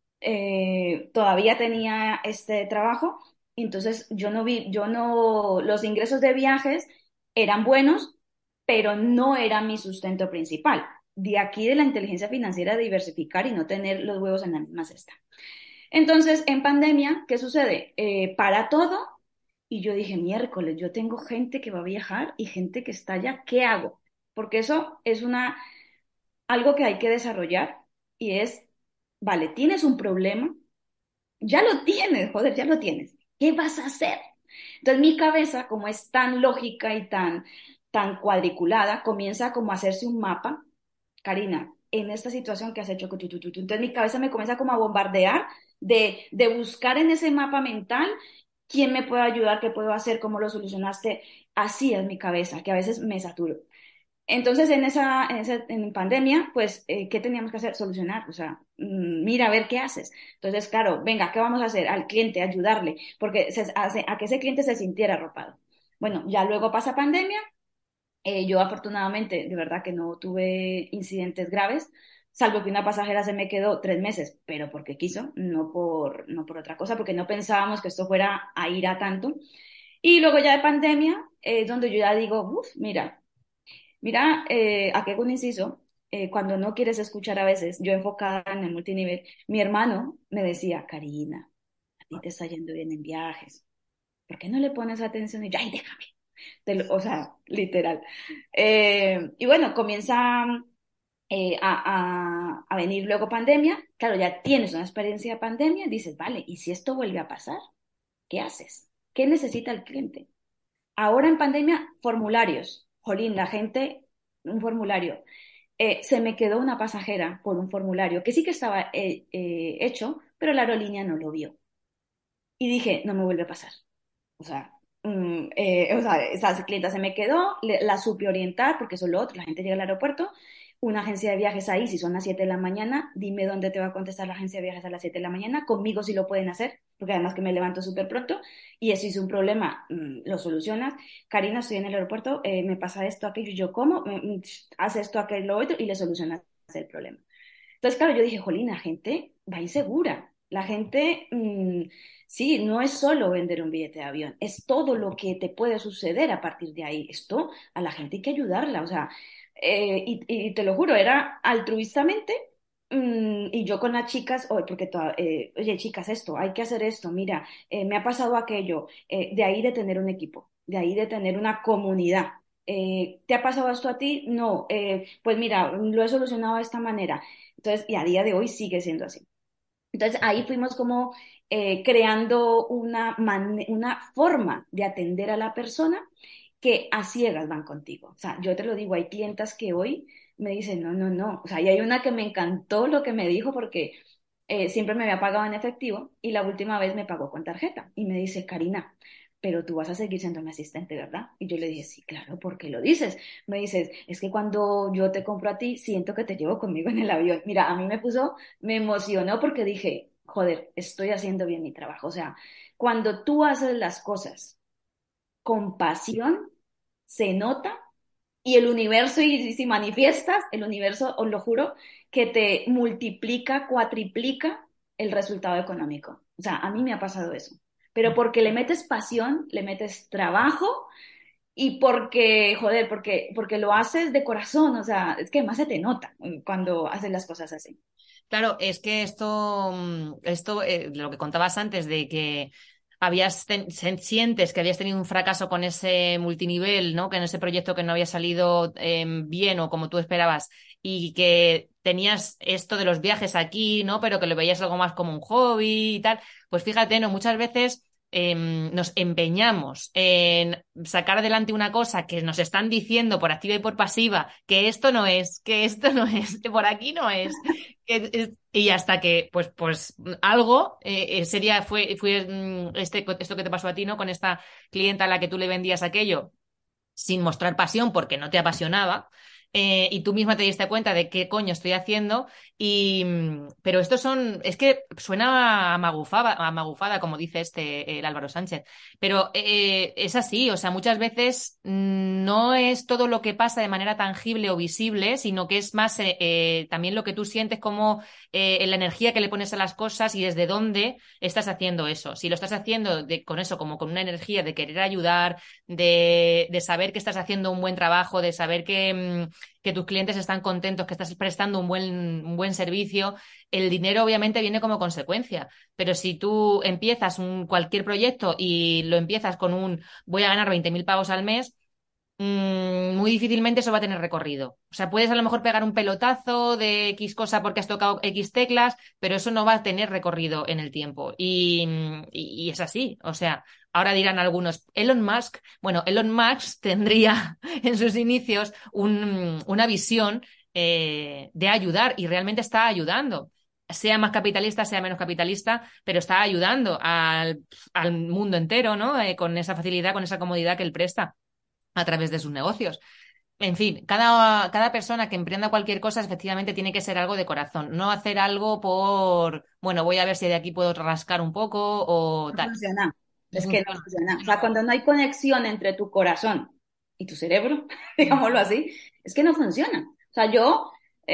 eh, todavía tenía este trabajo, entonces yo no vi, yo no, los ingresos de viajes eran buenos, pero no era mi sustento principal. De aquí de la inteligencia financiera, diversificar y no tener los huevos en la misma cesta. Entonces, en pandemia, ¿qué sucede? Eh, para todo, y yo dije, miércoles, yo tengo gente que va a viajar y gente que está allá, ¿qué hago? Porque eso es una, algo que hay que desarrollar y es, vale, tienes un problema, ya lo tienes, joder, ya lo tienes. ¿Qué vas a hacer? Entonces mi cabeza, como es tan lógica y tan, tan cuadriculada, comienza como a hacerse un mapa. Karina, en esta situación que has hecho, tu, tu, tu, tu. Entonces mi cabeza me comienza como a bombardear de, de buscar en ese mapa mental quién me puede ayudar, qué puedo hacer, cómo lo solucionaste. Así es mi cabeza, que a veces me saturo. Entonces, en esa, en esa en pandemia, pues, eh, ¿qué teníamos que hacer? Solucionar, o sea, mm, mira a ver qué haces. Entonces, claro, venga, ¿qué vamos a hacer? Al cliente, ayudarle, porque se hace a que ese cliente se sintiera arropado. Bueno, ya luego pasa pandemia, eh, yo afortunadamente, de verdad que no tuve incidentes graves, salvo que una pasajera se me quedó tres meses, pero porque quiso, no por, no por otra cosa, porque no pensábamos que esto fuera a ir a tanto. Y luego ya de pandemia, es donde yo ya digo, uff, mira. Mira, eh, aquí hago un inciso. Eh, cuando no quieres escuchar a veces, yo enfocada en el multinivel, mi hermano me decía, Karina, a ti te está yendo bien en viajes, ¿por qué no le pones atención? Y yo, ay, déjame. Te lo- o sea, literal. Eh, y bueno, comienza eh, a, a, a venir luego pandemia. Claro, ya tienes una experiencia de pandemia, dices, vale, ¿y si esto vuelve a pasar? ¿Qué haces? ¿Qué necesita el cliente? Ahora en pandemia, formularios. Jolín, la gente, un formulario. Eh, se me quedó una pasajera por un formulario que sí que estaba eh, eh, hecho, pero la aerolínea no lo vio. Y dije, no me vuelve a pasar. O sea, mm, eh, o sea, esa clienta se me quedó, le- la supe orientar, porque eso es lo otro, la gente llega al aeropuerto, una agencia de viajes ahí, si son las siete de la mañana, dime dónde te va a contestar la agencia de viajes a las siete de la mañana, conmigo sí lo pueden hacer, porque además que me levanto súper pronto, y si es un problema, mm, lo solucionas. Karina, estoy en el aeropuerto, eh, me pasa esto, aquello, y yo como, mm, mm, hace esto, aquello, lo otro, y le solucionas el problema. Entonces, claro, yo dije, jolín, la gente va insegura. La gente, mm, sí, no es solo vender un billete de avión, es todo lo que te puede suceder a partir de ahí. Esto a la gente hay que ayudarla, o sea, eh, y, y te lo juro, era altruistamente. mm, y yo con las chicas, oye, porque toda- eh, oye, chicas, esto, hay que hacer esto, mira, eh, me ha pasado aquello, eh, de ahí de tener un equipo, de ahí de tener una comunidad. Eh, ¿te ha pasado esto a ti? No, eh, pues mira, lo he solucionado de esta manera. Entonces, y a día de hoy sigue siendo así. Entonces, ahí fuimos como eh, creando una, man- una forma de atender a la persona que a ciegas van contigo. O sea, yo te lo digo, hay clientas que hoy me dicen, no, no, no. O sea, y hay una que me encantó lo que me dijo porque eh, siempre me había pagado en efectivo y la última vez me pagó con tarjeta. Y me dice, Karina, pero tú vas a seguir siendo mi asistente, ¿verdad? Y yo le dije, sí, claro, ¿por qué lo dices? Me dices, es que cuando yo te compro a ti, siento que te llevo conmigo en el avión. Mira, a mí me puso, me emocionó porque dije, joder, estoy haciendo bien mi trabajo. O sea, cuando tú haces las cosas con pasión, se nota y el universo, y si manifiestas, el universo, os lo juro, que te multiplica, cuatriplica el resultado económico. O sea, a mí me ha pasado eso. Pero porque le metes pasión, le metes trabajo y porque, joder, porque, porque lo haces de corazón. O sea, es que más se te nota cuando haces las cosas así. Claro, es que esto, mm, esto eh, lo que contabas antes de que habías ten- se- sientes que habías tenido un fracaso con ese multinivel, ¿no? Que en ese proyecto que no había salido em, bien o como tú esperabas y que tenías esto de los viajes aquí, ¿no? Pero que lo veías algo más como un hobby y tal. Pues fíjate, ¿no? Muchas veces em, nos empeñamos en sacar adelante una cosa que nos están diciendo por activa y por pasiva que esto no es, que esto no es, que por aquí no es. Que es- Y hasta que, pues, pues algo eh, eh, sería, fue, fue mm, este, esto que te pasó a ti, ¿no? Con esta clienta a la que tú le vendías aquello sin mostrar pasión porque no te apasionaba. Eh, y tú misma te diste cuenta de qué coño estoy haciendo. Y, mm, pero estos son, es que suena a magufada, a magufada, como dice este, el Álvaro Sánchez. Pero eh, es así, o sea, muchas veces mm, no es todo lo que pasa de manera tangible o visible, sino que es más eh, eh, también lo que tú sientes como eh, la energía que le pones a las cosas y desde dónde estás haciendo eso. Si lo estás haciendo de- con eso, como con una energía de querer ayudar, de, de saber que estás haciendo un buen trabajo, de saber que, mm, que tus clientes están contentos, que estás prestando un buen, un buen servicio, el dinero obviamente viene como consecuencia. Pero si tú empiezas un, cualquier proyecto y lo empiezas con un voy a ganar veinte mil pavos al mes, mm, muy difícilmente eso va a tener recorrido. O sea, puedes a lo mejor pegar un pelotazo de X cosa porque has tocado X teclas, pero eso no va a tener recorrido en el tiempo. Y, y- y es así. O sea, ahora dirán algunos, Elon Musk, bueno, Elon Musk tendría en sus inicios un- una visión eh, de ayudar y realmente está ayudando. Sea más capitalista, sea menos capitalista, pero está ayudando al, al mundo entero, ¿no? Eh, con esa facilidad, con esa comodidad que él presta a través de sus negocios. En fin, cada, cada persona que emprenda cualquier cosa efectivamente tiene que ser algo de corazón, no hacer algo por, bueno, voy a ver si de aquí puedo rascar un poco o No tal. funciona. No Es que no funciona. funciona. O No, sea, no. cuando no hay conexión entre tu corazón y tu cerebro, digámoslo así, es que no funciona. O sea, yo,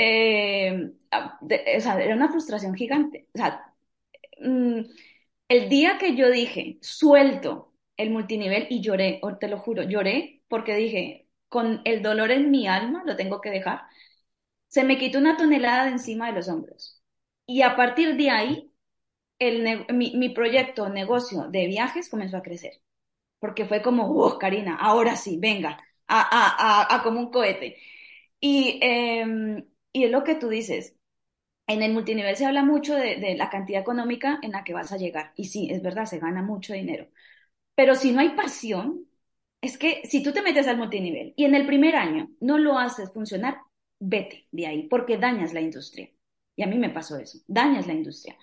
eh, de- o sea, era una frustración gigante. O sea, mm, el día que yo dije, suelto el multinivel y lloré, o te lo juro, lloré porque dije, con el dolor en mi alma, lo tengo que dejar, se me quitó una tonelada de encima de los hombros. Y a partir de ahí, el ne- mi, mi proyecto, negocio de viajes comenzó a crecer, porque fue como, oh, Karina, ahora sí, venga, a, a, a, a como un cohete. Y, eh, y es lo que tú dices, en el multinivel se habla mucho de, de la cantidad económica en la que vas a llegar. Y sí, es verdad, se gana mucho dinero. Pero si no hay pasión, es que si tú te metes al multinivel y en el primer año no lo haces funcionar, vete de ahí, porque dañas la industria. Y a mí me pasó eso, dañas la industria.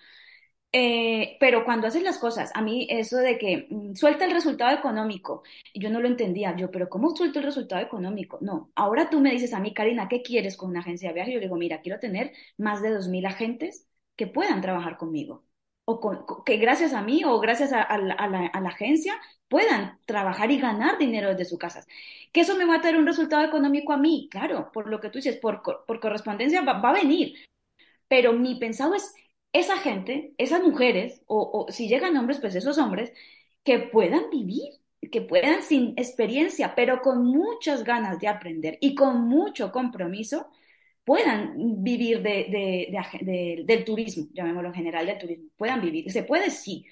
Eh, pero cuando haces las cosas, a mí eso de que mm, suelta el resultado económico, yo no lo entendía, yo, pero ¿cómo suelto el resultado económico? No, ahora tú me dices a mí, Karina, ¿qué quieres con una agencia de viaje? Yo le digo, mira, quiero tener más de dos mil agentes que puedan trabajar conmigo, o con- con- que gracias a mí o gracias a, a la, a la- a la agencia puedan trabajar y ganar dinero desde sus casas. Que eso me va a traer un resultado económico a mí, claro, por lo que tú dices, por, co- por correspondencia va va a venir, pero mi pensado es esa gente, esas mujeres, o, o si llegan hombres, pues esos hombres, que puedan vivir, que puedan sin experiencia, pero con muchas ganas de aprender y con mucho compromiso, puedan vivir de, de- de ag- de- del turismo, llamémoslo en general del turismo, puedan vivir. Se puede, sí,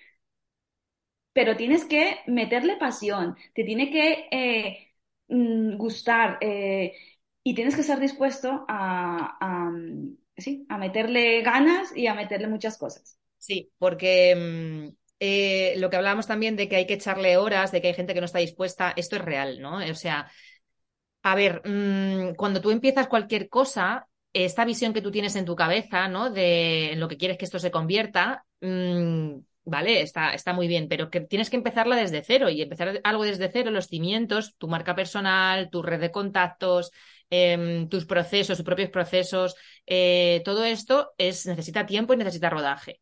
pero tienes que meterle pasión, te tiene que eh, mm, gustar eh, y tienes que estar dispuesto a, a, mm, sí, a meterle ganas y a meterle muchas cosas. Sí, porque mm, eh, lo que hablábamos también de que hay que echarle horas, de que hay gente que no está dispuesta, esto es real, ¿no? O sea, a ver, mm, cuando tú empiezas cualquier cosa, esta visión que tú tienes en tu cabeza, ¿no? De en lo que quieres que esto se convierta, mm, vale, está, está muy bien, pero que tienes que empezarla desde cero y empezar algo desde cero, los cimientos, tu marca personal, tu red de contactos, em, tus procesos, tus propios procesos, eh, todo esto es, necesita tiempo y necesita rodaje.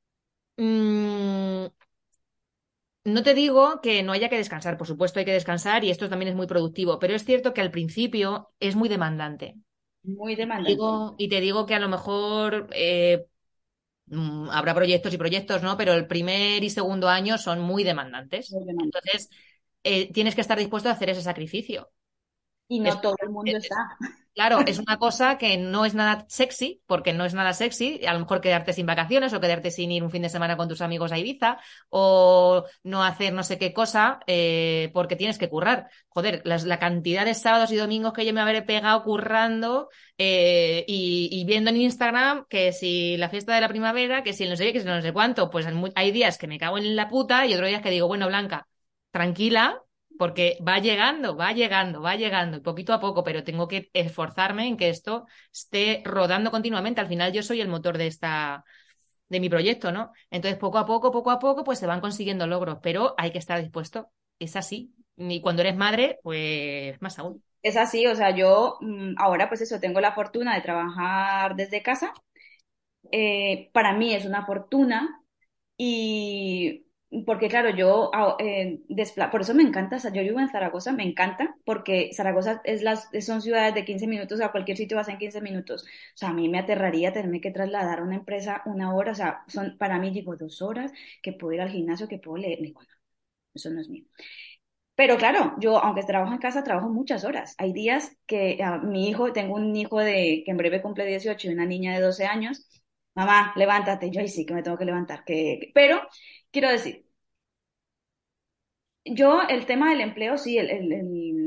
Mm, no te digo que no haya que descansar, por supuesto hay que descansar y esto también es muy productivo, pero es cierto que al principio es muy demandante. Muy Y te demandante. digo, y te digo que a lo mejor eh, mm, habrá proyectos y proyectos, ¿no? Pero el primer y segundo año son muy demandantes. Muy demandante. Entonces, eh, tienes que estar dispuesto a hacer ese sacrificio. Y Es no todo el mundo está. Claro, es una cosa que no es nada sexy, porque no es nada sexy, a lo mejor quedarte sin vacaciones o quedarte sin ir un fin de semana con tus amigos a Ibiza o no hacer no sé qué cosa eh, porque tienes que currar. Joder, las- la cantidad de sábados y domingos que yo me habré pegado currando eh, y, y viendo en Instagram que si la fiesta de la primavera, que si el no sé qué, que si no sé cuánto, pues hay mu- hay días que me cago en la puta y otros días que digo, bueno, Blanca, tranquila porque va llegando, va llegando, va llegando, poquito a poco, pero tengo que esforzarme en que esto esté rodando continuamente. Al final yo soy el motor de esta, de mi proyecto, ¿no? Entonces, poco a poco, poco a poco, pues se van consiguiendo logros, pero hay que estar dispuesto. Es así. Y cuando eres madre, pues más aún. Es así, o sea, yo mm, ahora pues eso, tengo la fortuna de trabajar desde casa. Eh, para mí es una fortuna y porque claro, yo ah, eh, despla- por eso me encanta, o sea, yo vivo en Zaragoza, me encanta porque Zaragoza es las, son ciudades de quince minutos, a cualquier sitio vas en quince minutos. O sea, a mí me aterraría tenerme que trasladar a una empresa una hora, o sea, son para mí digo dos horas que puedo ir al gimnasio, que puedo leer, digo, no, eso no es mío. Pero claro, yo aunque trabajo en casa, trabajo muchas horas. Hay días que a mi hijo, tengo un hijo de que en breve cumple dieciocho y una niña de doce años. Mamá, levántate. Yo, ay, sí, que me tengo que levantar. Que, que- Pero quiero decir, yo el tema del empleo, sí, el, el- el-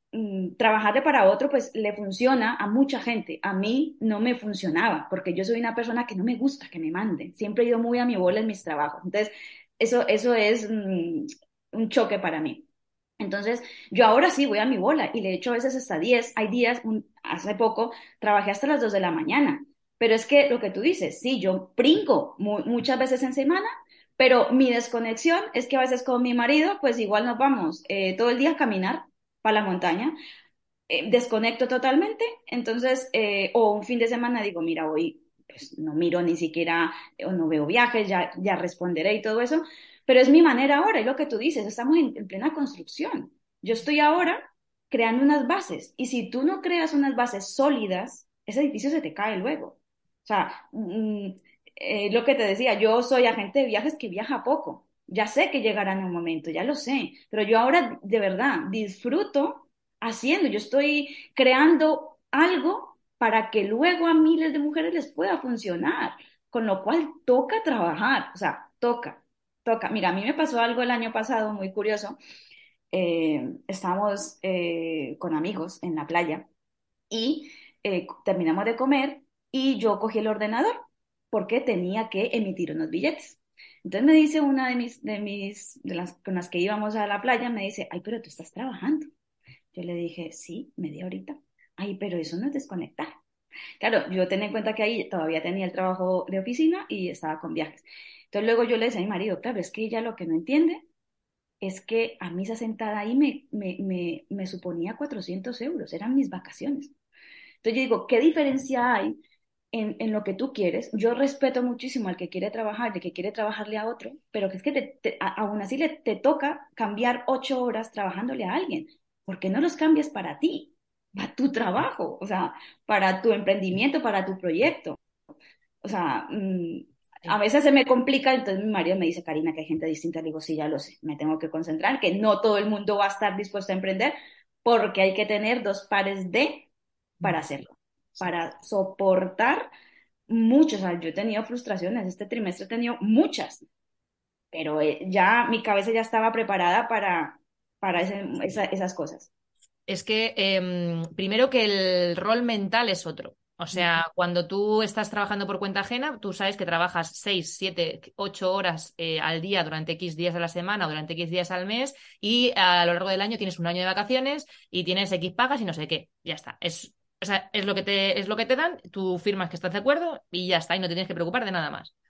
mm, trabajarle para otro, pues le funciona a mucha gente. A mí no me funcionaba, porque yo soy una persona que no me gusta que me manden. Siempre he ido muy a mi bola en mis trabajos. Entonces, eso, eso es mm, un choque para mí. Entonces, yo ahora sí voy a mi bola y le echo a veces hasta diez. Hay días, un- hace poco, trabajé hasta las dos de la mañana. Pero es que lo que tú dices, sí, yo brinco mu- muchas veces en semana, pero mi desconexión es que a veces con mi marido, pues igual nos vamos eh, todo el día a caminar para la montaña, eh, desconecto totalmente, entonces, eh, o un fin de semana digo, mira, hoy pues no miro ni siquiera, eh, o no veo viajes, ya, ya responderé y todo eso, pero es mi manera ahora, es lo que tú dices, estamos en, en plena construcción. Yo estoy ahora creando unas bases, y si tú no creas unas bases sólidas, ese edificio se te cae luego. O sea, mm, eh, lo que te decía, yo soy agente de viajes que viaja poco. Ya sé que llegará en un momento, ya lo sé, pero yo ahora de verdad disfruto haciendo, yo estoy creando algo para que luego a miles de mujeres les pueda funcionar, con lo cual toca trabajar, o sea, toca, toca. Mira, a mí me pasó algo el año pasado muy curioso. Eh, estábamos eh, con amigos en la playa y eh, terminamos de comer y yo cogí el ordenador porque tenía que emitir unos billetes. Entonces me dice una de mis, de mis, de las con las que íbamos a la playa, me dice, ay, pero tú estás trabajando. Yo le dije, sí, media horita. Ay, pero eso no es desconectar. Claro, yo tenía en cuenta que ahí todavía tenía el trabajo de oficina y estaba con viajes. Entonces luego yo le decía a mi marido, claro, es que ella lo que no entiende es que a mí esa sentada ahí me, me, me, me suponía cuatrocientos euros, eran mis vacaciones. Entonces yo digo, ¿qué diferencia hay en, en lo que tú quieres? Yo respeto muchísimo al que quiere trabajar, al que quiere trabajarle a otro, pero que es que te, te, a, aún así le, te toca cambiar ocho horas trabajándole a alguien. ¿Por qué no los cambias para ti, para tu trabajo, o sea, para tu emprendimiento, para tu proyecto? O sea, mmm, a Sí. veces se me complica, entonces mi marido me dice, Karina, que hay gente distinta. Le digo, sí, ya lo sé, me tengo que concentrar, que no todo el mundo va a estar dispuesto a emprender, porque hay que tener dos pares de para hacerlo, Sí. para soportar muchos. O sea, yo he tenido frustraciones, este trimestre he tenido muchas, pero eh, ya mi cabeza ya estaba preparada para, para ese- esa- esas cosas. Es que em, primero que el rol mental es otro. O sea, cuando tú estás trabajando por cuenta ajena, tú sabes que trabajas seis, siete, ocho horas eh, al día durante X días a la semana o durante X días al mes y a lo largo del año tienes un año de vacaciones y tienes X pagas y no sé qué. Ya está. Es, o sea, es lo que te, es lo que te dan, tú firmas que estás de acuerdo y ya está, y no te tienes que preocupar de nada más.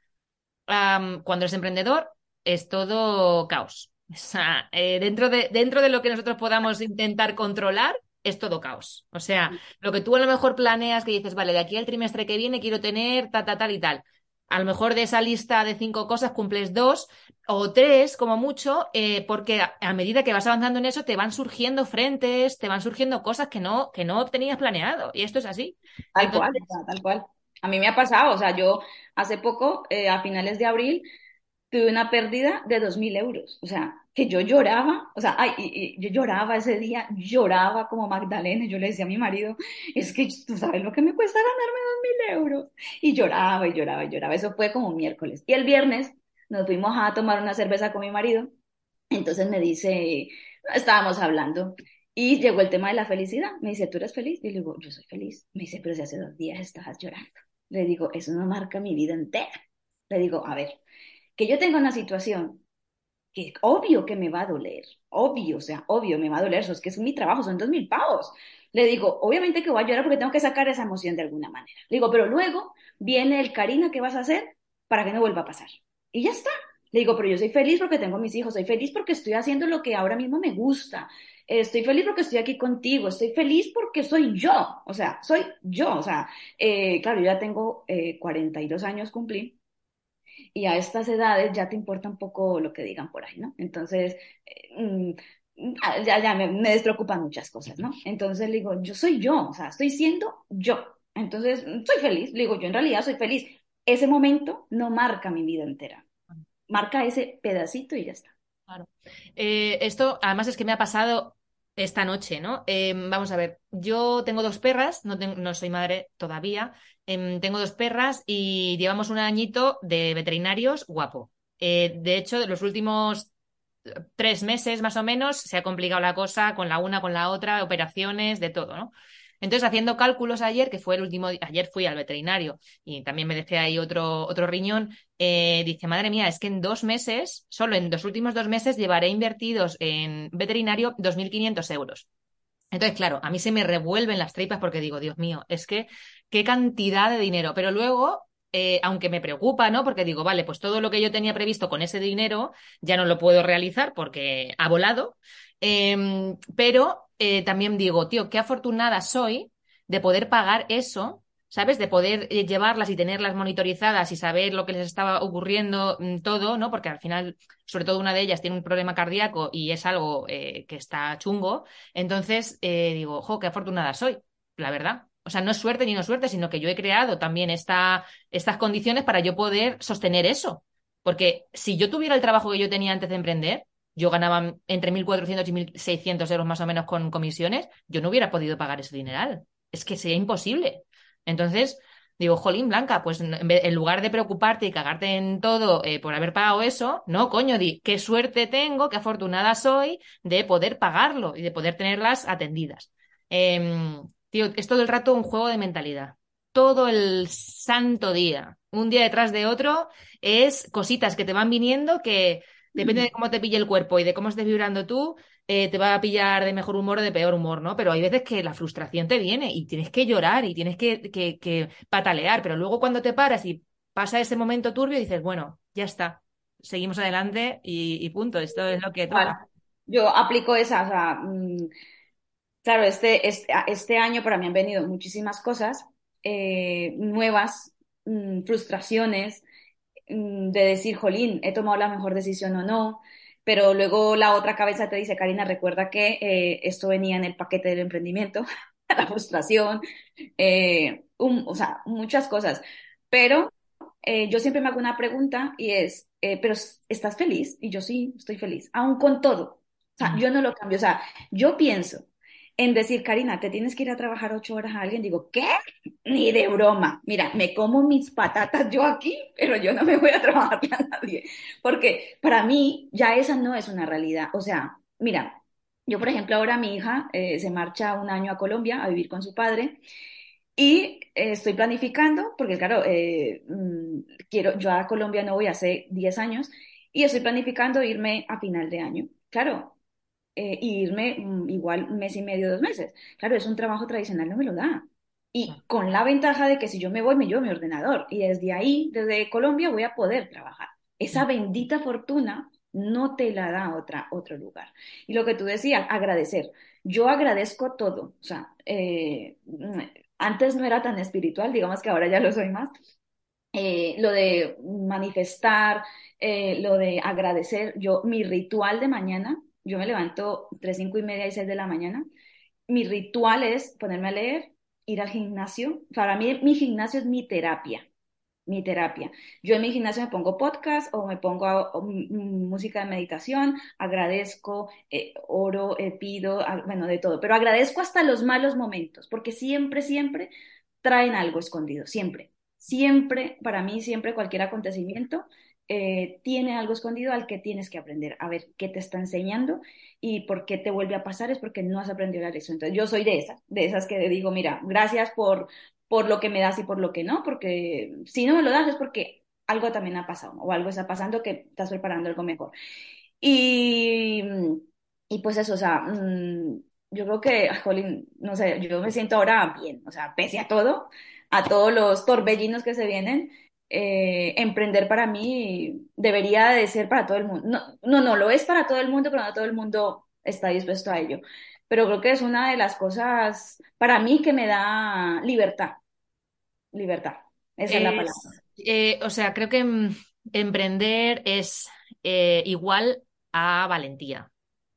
Am, cuando eres emprendedor es todo caos. O sea, eh, dentro de, dentro de lo que nosotros podamos intentar controlar, es todo caos. O sea, lo que tú a lo mejor planeas que dices, vale, de aquí al trimestre que viene quiero tener ta, ta, tal y tal. A lo mejor de esa lista de cinco cosas cumples dos o tres como mucho, eh, porque a, a medida que vas avanzando en eso te van surgiendo frentes, te van surgiendo cosas que no, que no tenías planeado. Y esto es así. Tal cual, o sea, tal cual. A mí me ha pasado, o sea, yo hace poco, eh, a finales de abril, tuve una pérdida de dos mil euros. O sea, que yo lloraba, o sea, ay, y- y yo lloraba ese día, lloraba como Magdalena. Yo le decía a mi marido, es que tú sabes lo que me cuesta ganarme dos mil euros. Y lloraba y lloraba y lloraba. Eso fue como un miércoles. Y el viernes nos fuimos a tomar una cerveza con mi marido. Entonces me dice, estábamos hablando. Y llegó el tema de la felicidad. Me dice, ¿tú eres feliz? Y le digo, yo soy feliz. Me dice, pero si hace dos días estabas llorando. Le digo, eso no marca mi vida entera. Le digo, a ver, que yo tenga una situación que obvio que me va a doler, obvio, o sea, obvio me va a doler, eso es que es mi trabajo, son dos mil pavos. Le digo, obviamente que voy a llorar porque tengo que sacar esa emoción de alguna manera. Le digo, pero luego viene el Karina, ¿qué vas a hacer para que no vuelva a pasar? Y ya está. Le digo, pero yo soy feliz porque tengo mis hijos, soy feliz porque estoy haciendo lo que ahora mismo me gusta, eh, estoy feliz porque estoy aquí contigo, estoy feliz porque soy yo, o sea, soy yo, o sea, eh, claro, yo ya tengo eh, cuarenta y dos años cumplí y a estas edades ya te importa un poco lo que digan por ahí, ¿no? Entonces, eh, mm, ah, ya, ya me, me despreocupan muchas cosas, ¿no? Entonces le digo, yo soy yo, o sea, estoy siendo yo. Entonces, mm, soy feliz, le digo, yo en realidad soy feliz. Ese momento no marca mi vida entera, marca ese pedacito y ya está. Claro. Eh, esto además es que me ha pasado esta noche, ¿no? Eh, vamos a ver, yo tengo dos perras, no, ten- no soy madre todavía, em, tengo dos perras y llevamos un añito de veterinarios guapo. Eh, de hecho, de los últimos tres meses más o menos, se ha complicado la cosa con la una, con la otra, operaciones, de todo, ¿no? Entonces, haciendo cálculos ayer, que fue el último día, ayer fui al veterinario y también me dejé ahí otro, otro riñón, eh, dice, madre mía, es que en dos meses, solo en los últimos dos meses, llevaré invertidos en veterinario dos mil quinientos euros. Entonces, claro, a mí se me revuelven las tripas porque digo, Dios mío, es que qué cantidad de dinero. Pero luego, eh, aunque me preocupa, ¿no? Porque digo, vale, pues todo lo que yo tenía previsto con ese dinero ya no lo puedo realizar porque ha volado. Em, pero eh, también digo, tío, qué afortunada soy de poder pagar eso. ¿Sabes? De poder eh, llevarlas y tenerlas monitorizadas y saber lo que les estaba ocurriendo, mm, todo, ¿no? Porque al final, sobre todo una de ellas tiene un problema cardíaco y es algo eh, que está chungo. Entonces, eh, digo, jo, qué afortunada soy, la verdad. O sea, no es suerte ni no suerte, sino que yo he creado también esta, estas condiciones para yo poder sostener eso. Porque si yo tuviera el trabajo que yo tenía antes de emprender, yo ganaba entre mil cuatrocientos y mil seiscientos euros más o menos con comisiones, yo no hubiera podido pagar ese dineral. Es que sería imposible. Entonces, digo, jolín, Blanca, pues en, vez- en lugar de preocuparte y cagarte en todo eh, por haber pagado eso, no, coño, di, qué suerte tengo, qué afortunada soy de poder pagarlo y de poder tenerlas atendidas. Em, tío, es todo el rato un juego de mentalidad. Todo el santo día, un día detrás de otro, es cositas que te van viniendo que depende de cómo te pille el cuerpo y de cómo estés vibrando tú, eh, te va a pillar de mejor humor o de peor humor, ¿no? Pero hay veces que la frustración te viene y tienes que llorar y tienes que, que, que patalear, pero luego cuando te paras y pasa ese momento turbio, dices, bueno, ya está, seguimos adelante y, y punto, esto es lo que Igual, toca. yo aplico esa, o sea, mm, claro, este, este, este año para mí han venido muchísimas cosas eh, nuevas, mm, frustraciones, mm, de decir, jolín, he tomado la mejor decisión o no, pero luego la otra cabeza te dice, Karina, recuerda que eh, esto venía en el paquete del emprendimiento, la frustración, eh, un- o sea, muchas cosas. Pero eh, yo siempre me hago una pregunta y es, eh, ¿pero estás feliz? Y yo sí, estoy feliz, aún con todo. O sea, Mm. yo no lo cambio. O sea, yo pienso en decir, Karina, te tienes que ir a trabajar ocho horas a alguien. Digo, ¿qué? Ni de broma. Mira, me como mis patatas yo aquí, pero yo no me voy a trabajar a nadie. Porque para mí ya esa no es una realidad. O sea, mira, yo por ejemplo ahora mi hija eh, se marcha un año a Colombia a vivir con su padre. Y eh, estoy planificando, porque claro, eh, mm, quiero, yo a Colombia no voy hace diez años, y estoy planificando irme a final de año. Claro, eh, y irme mm, igual un mes y medio, dos meses. Claro, es un trabajo tradicional, no me lo da. Y con la ventaja de que si yo me voy, me llevo mi ordenador. Y desde ahí, desde Colombia, voy a poder trabajar. Esa bendita fortuna no te la da otra, otro lugar. Y lo que tú decías, agradecer. Yo agradezco todo. O sea, eh, mm, antes no era tan espiritual, digamos que ahora ya lo soy más. Eh, lo de manifestar, eh, lo de agradecer. Yo, mi ritual de mañana, yo me levanto entre cinco y media y seis de la mañana. Mi ritual es ponerme a leer, ir al gimnasio. Para mí, mi gimnasio es mi terapia, mi terapia. Yo en mi gimnasio me pongo podcast o me pongo a- o m- m- música de meditación, agradezco, eh, oro, eh, pido, a- bueno, de todo, pero agradezco hasta los malos momentos, porque siempre, siempre traen algo escondido, siempre. Siempre, para mí, siempre cualquier acontecimiento eh, tiene algo escondido al que tienes que aprender, a ver qué te está enseñando y por qué te vuelve a pasar, es porque no has aprendido la lección. Entonces, yo soy de esas, de esas que digo, mira, gracias por por lo que me das y por lo que no, porque si no me lo das es porque algo también ha pasado o algo está pasando que estás preparando algo mejor. Y, y pues eso, o sea, mm, yo creo que, ah, jolín, no sé, yo me siento ahora bien, o sea, pese a todo, a todos los torbellinos que se vienen, eh, emprender para mí debería de ser para todo el mundo. No, no, no, lo es para todo el mundo, pero no todo el mundo está dispuesto a ello. Pero creo que es una de las cosas para mí que me da libertad. Libertad, esa es la palabra. Es, eh, o sea, creo que mm, emprender es eh, igual a valentía.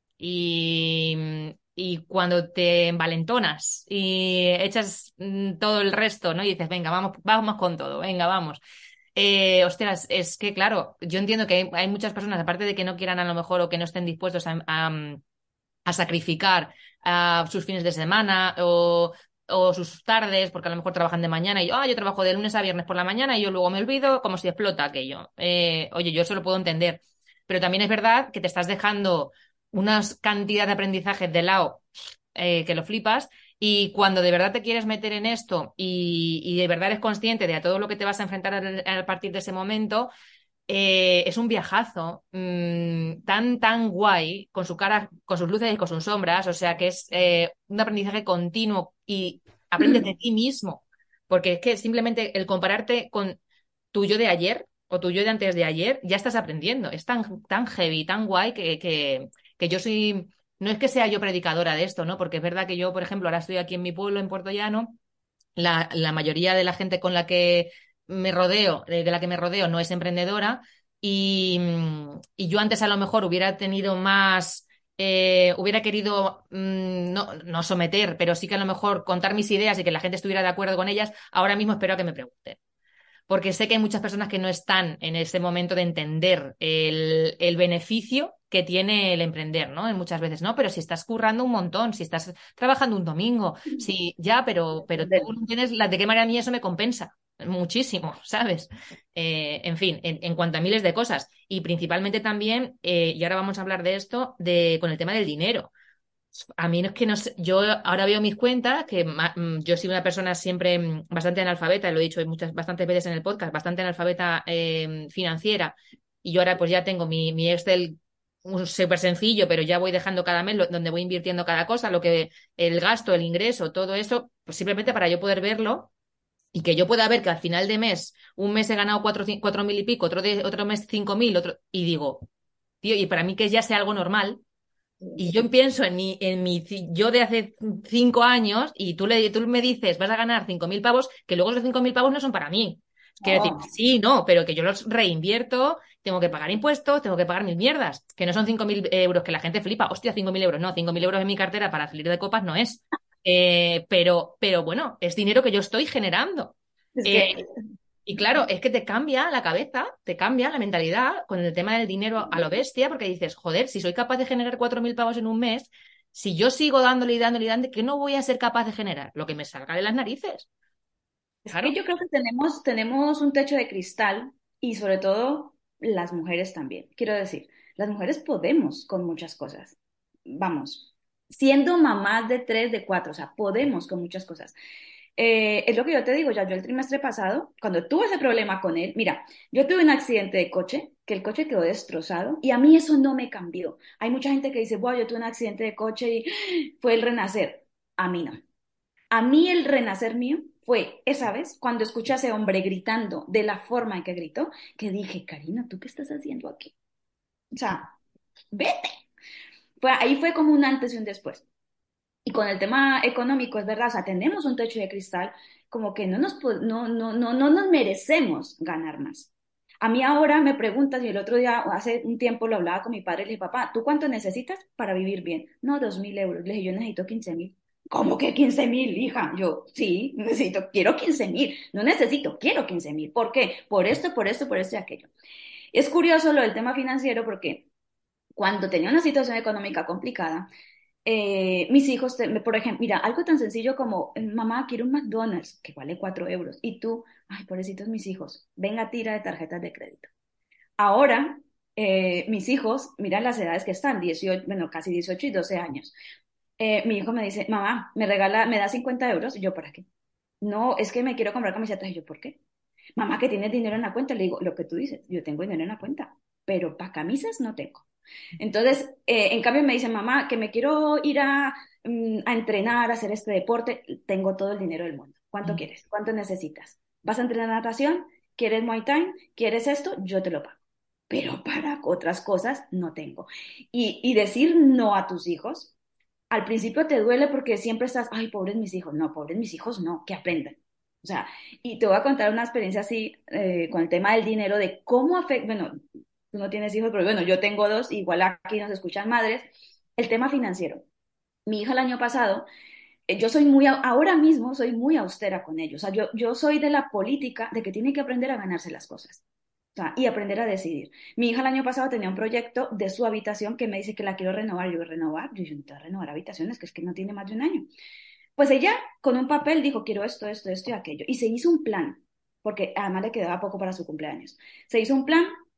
Y, y cuando te envalentonas y echas mm, todo el resto, ¿no? Y dices, venga, vamos, vamos con todo, venga, vamos. Eh, ostras, es que claro, yo entiendo que hay, hay muchas personas, aparte de que no quieran a lo mejor o que no estén dispuestos a, a- a sacrificar a sus fines de semana o, o sus tardes, porque a lo mejor trabajan de mañana y yo, ah, yo trabajo de lunes a viernes por la mañana y yo luego me olvido como si explota aquello. Eh, oye, yo eso lo puedo entender. pero también es verdad que te estás dejando una cantidad de aprendizajes de lado eh, que lo flipas. Y cuando de verdad te quieres meter en esto y, y de verdad eres consciente de a todo lo que te vas a enfrentar a, a partir de ese momento, eh, es un viajazo mmm, tan, tan guay, con su cara, con sus luces y con sus sombras, o sea que es eh, un aprendizaje continuo y aprendes de ti mismo, porque es que simplemente el compararte con tu yo de ayer o tu yo de antes de ayer, ya estás aprendiendo, es tan, tan heavy, tan guay que, que, que yo soy, no es que sea yo predicadora de esto, ¿no? Porque es verdad que yo, por ejemplo, ahora estoy aquí en mi pueblo, en Puerto Llano, la, la mayoría de la gente con la que me rodeo, de, de la que me rodeo, no es emprendedora y, mm, y yo antes a lo mejor hubiera tenido más, eh, hubiera querido mm, no, no someter, pero sí que a lo mejor contar mis ideas y que la gente estuviera de acuerdo con ellas. Ahora mismo espero a que me pregunten porque sé que hay muchas personas que no están en ese momento de entender el, el beneficio que tiene el emprender, ¿no? En muchas veces, no, pero si estás currando un montón, si estás trabajando un domingo, si ya, pero, pero tú no entiendes la, de qué manera a mí eso me compensa muchísimo, ¿sabes? Eh, en fin, en, en, cuanto a miles de cosas. Y principalmente también, eh, y ahora vamos a hablar de esto, de, con el tema del dinero. A mí no es que no sé, yo ahora veo mis cuentas, que ma- mm, yo soy una persona siempre mm, bastante analfabeta, lo he dicho muchas, bastantes veces en el podcast, bastante analfabeta eh, financiera, y yo ahora pues ya tengo mi, mi Excel súper sencillo, pero ya voy dejando cada mes lo- donde voy invirtiendo cada cosa, lo que el gasto, el ingreso, todo eso, pues simplemente para yo poder verlo y que yo pueda ver que al final de mes, un mes he ganado cuatro, ci- cuatro mil y pico, otro, de, otro mes cinco mil, otro, y digo, tío, y para mí que ya sea algo normal y yo pienso en mi, en mi ci- yo de hace cinco años y tú, le, tú me dices, vas a ganar cinco mil pavos, que luego esos cinco mil pavos no son para mí. Quiero decir, No, sí, no, pero que yo los reinvierto, tengo que pagar impuestos, tengo que pagar mil mierdas, que no son cinco mil euros, que la gente flipa, hostia, cinco mil euros, no, cinco mil euros en mi cartera para salir de copas no es. Eh, pero, pero bueno, es dinero que yo estoy generando. es Eh, que y claro, es que te cambia la cabeza, te cambia la mentalidad con el tema del dinero a lo bestia, porque dices, joder, si soy capaz de generar cuatro mil pavos en un mes, si yo sigo dándole y dándole y dándole, ¿qué no voy a ser capaz de generar? Lo que me salga de las narices. Es que Claro. yo creo que tenemos, tenemos un techo de cristal y sobre todo las mujeres también. Quiero decir, las mujeres podemos con muchas cosas. Vamos, siendo mamás de tres, de cuatro, o sea, podemos con muchas cosas. Eh, es lo que yo te digo, ya yo el trimestre pasado, cuando tuve ese problema con él, mira, yo tuve un accidente de coche, que el coche quedó destrozado y a mí eso no me cambió. Hay mucha gente que dice, wow, yo tuve un accidente de coche y fue el renacer. A mí no. A mí el renacer mío fue esa vez cuando escuché a ese hombre gritando de la forma en que gritó, que dije, Karina, ¿tú qué estás haciendo aquí? O sea, vete. Fue, ahí fue como un antes y un después. Y con el tema económico, es verdad, o sea, tenemos un techo de cristal, como que no nos, no, no, no, no nos merecemos ganar más. A mí ahora me preguntas, y el otro día, hace un tiempo lo hablaba con mi padre, le dije, papá, ¿tú cuánto necesitas para vivir bien? No, dos mil euros. Le dije, yo necesito quince mil. ¿Cómo que quince mil, hija? Yo, sí, necesito, quiero quince mil. No necesito, quiero quince mil. ¿Por qué? Por esto, por esto, por esto y aquello. Es curioso lo del tema financiero porque cuando tenía una situación económica complicada, eh, mis hijos, te- por ejemplo, mira, algo tan sencillo como, mamá, quiero un McDonald's, que vale cuatro euros, y tú, ay, pobrecitos mis hijos, venga, tira de tarjetas de crédito. Ahora, eh, mis hijos, mira las edades que están, dieciocho, bueno, casi dieciocho y doce años. Eh, mi hijo me dice, mamá, me regala, me da cincuenta euros, y yo, ¿para qué? No, es que me quiero comprar camisetas, y yo, ¿por qué? Mamá, que tienes dinero en la cuenta, le digo, lo que tú dices, yo tengo dinero en la cuenta, pero para camisas no tengo. Entonces, eh, en cambio me dicen, mamá, que me quiero ir a, mm, a entrenar, a hacer este deporte, tengo todo el dinero del mundo. ¿Cuánto Mm. quieres? ¿Cuánto necesitas? ¿Vas a entrenar natación? ¿Quieres Muay Thai? ¿Quieres esto? Yo te lo pago. Pero para otras cosas no tengo. Y, y decir no a tus hijos, al principio te duele porque siempre estás, ay, pobres mis hijos. No, pobres mis hijos, no, que aprendan. O sea, y te voy a contar una experiencia así eh, con el tema del dinero, de cómo afecta, bueno, tú no tienes hijos, pero bueno, yo tengo dos, igual aquí nos escuchan madres, el tema financiero. Mi hija el año pasado, eh, yo soy muy, ahora mismo soy muy austera con ellos. O sea, yo, yo soy de la política de que tiene que aprender a ganarse las cosas. O sea, y aprender a decidir. Mi hija el año pasado tenía un proyecto de su habitación que me dice que la quiero renovar. Yo, renovar, yo, yo no te voy a renovar habitaciones, que es que no tiene más de un año. Pues ella con un papel dijo, quiero esto, esto, esto y aquello. Y se hizo un plan, porque además le quedaba poco para su cumpleaños. Se hizo un plan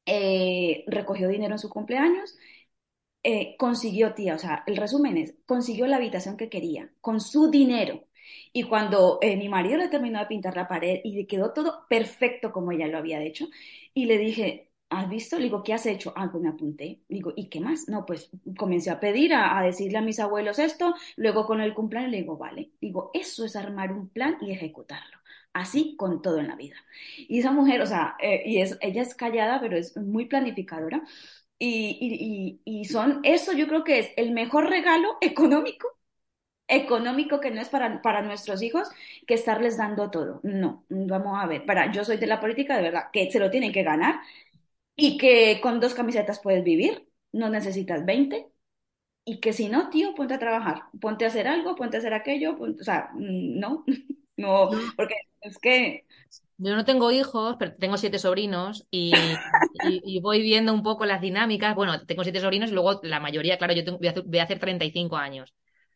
eh, recogió dinero en su cumpleaños, eh, consiguió, tía, o sea, el resumen es, consiguió la habitación que quería con su dinero. Y cuando eh, mi marido le terminó de pintar la pared y le quedó todo perfecto como ella lo había hecho, y le dije, ¿has visto? Le digo, ¿qué has hecho? Ah, pues me apunté. Digo, ¿y qué más? No, pues comencé a pedir, a, a decirle a mis abuelos esto, luego con el cumpleaños le digo, vale. Digo, eso es armar un plan y ejecutarlo. Así con todo en la vida. Y esa mujer, o sea, eh, y es, ella es callada, pero es muy planificadora. Y, y, y, y son, eso yo creo que es el mejor regalo económico, económico que no es para, para nuestros hijos, que estarles dando todo. No, vamos a ver, para, yo soy de la política de verdad, que se lo tienen que ganar y que con dos camisetas puedes vivir, no necesitas veinte y que si no, tío, ponte a trabajar, ponte a hacer algo, ponte a hacer aquello, ponte- o sea, mm, no, no, Yo, porque es que, yo no tengo hijos, pero tengo siete sobrinos y, y- y voy viendo un poco las dinámicas. Bueno, tengo siete sobrinos y luego la mayoría, claro, yo tengo- voy a hacer, voy a hacer treinta y cinco años.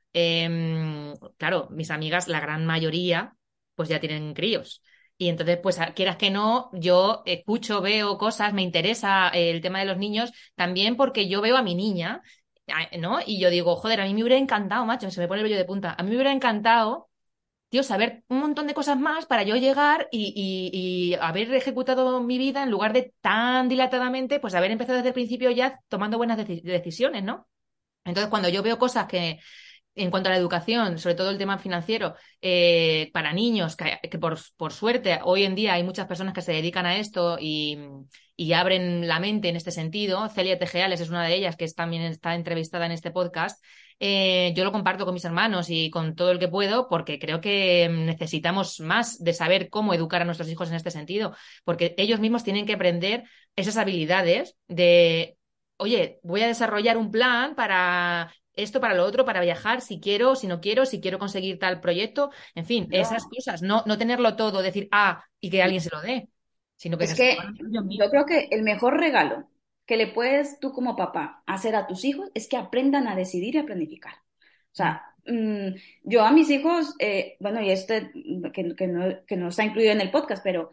Em, claro, mis amigas, la gran mayoría, pues ya tienen críos. Y entonces, pues a- quieras que no, yo escucho, veo cosas, me interesa eh, el tema de los niños, también porque yo veo a mi niña, a- ¿no? Y yo digo, joder, a mí me hubiera encantado, macho, se me pone el vello de punta, a mí me hubiera encantado, tío, saber un montón de cosas más para yo llegar y, y, y haber ejecutado mi vida en lugar de tan dilatadamente, pues haber empezado desde el principio ya tomando buenas deci- decisiones, ¿no? Entonces, cuando yo veo cosas que, en cuanto a la educación, sobre todo el tema financiero, eh, para niños, que, que por, por, suerte hoy en día hay muchas personas que se dedican a esto y, y abren la mente en este sentido. Celia Tejeales es una de ellas, que es, también está entrevistada en este podcast. Eh, yo lo comparto con mis hermanos y con todo el que puedo porque creo que necesitamos más de saber cómo educar a nuestros hijos en este sentido, porque ellos mismos tienen que aprender esas habilidades de, oye, voy a desarrollar un plan para esto, para lo otro, para viajar, si quiero, si no quiero, si quiero conseguir tal proyecto, en fin, esas no, cosas, no, no tenerlo todo, decir, ah, y que alguien se lo dé, sino que es se lo que hagan ellos yo mismos. creo que el mejor regalo que le puedes tú como papá hacer a tus hijos es que aprendan a decidir y a planificar. O Mm, sea, mm, yo a mis hijos, eh, bueno, y este mm, que, que no, que no está incluido en el podcast, pero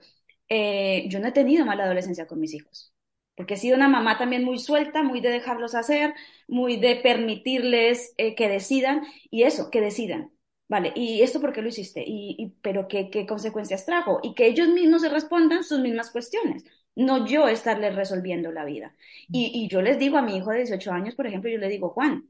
eh, yo no he tenido mala adolescencia con mis hijos, porque he sido una mamá también muy suelta, muy de dejarlos hacer, muy de permitirles eh, que decidan, y eso, que decidan. Vale, ¿y esto por qué lo hiciste? ¿Y, y- pero qué, qué consecuencias trajo? Y que ellos mismos se respondan sus mismas cuestiones, no yo estarles resolviendo la vida. mm, Y, y yo les digo a mi hijo de dieciocho años, por ejemplo, yo le digo, Juan,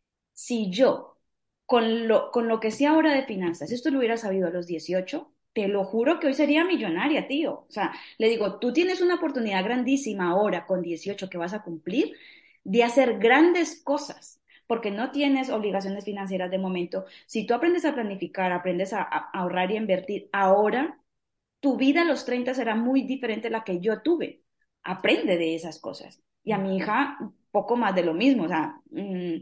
si yo, con lo, con lo que sé ahora de finanzas, esto lo hubiera sabido a los dieciocho, te lo juro que hoy sería millonaria, tío. O sea, le digo, tú tienes una oportunidad grandísima ahora con dieciocho que vas a cumplir de hacer grandes cosas, porque no tienes obligaciones financieras de momento. Si tú aprendes a planificar, aprendes a, a ahorrar y a invertir ahora, tu vida a los treinta será muy diferente a la que yo tuve. Aprende de esas cosas. Y a mm. mi hija, poco más de lo mismo. O sea, mmm,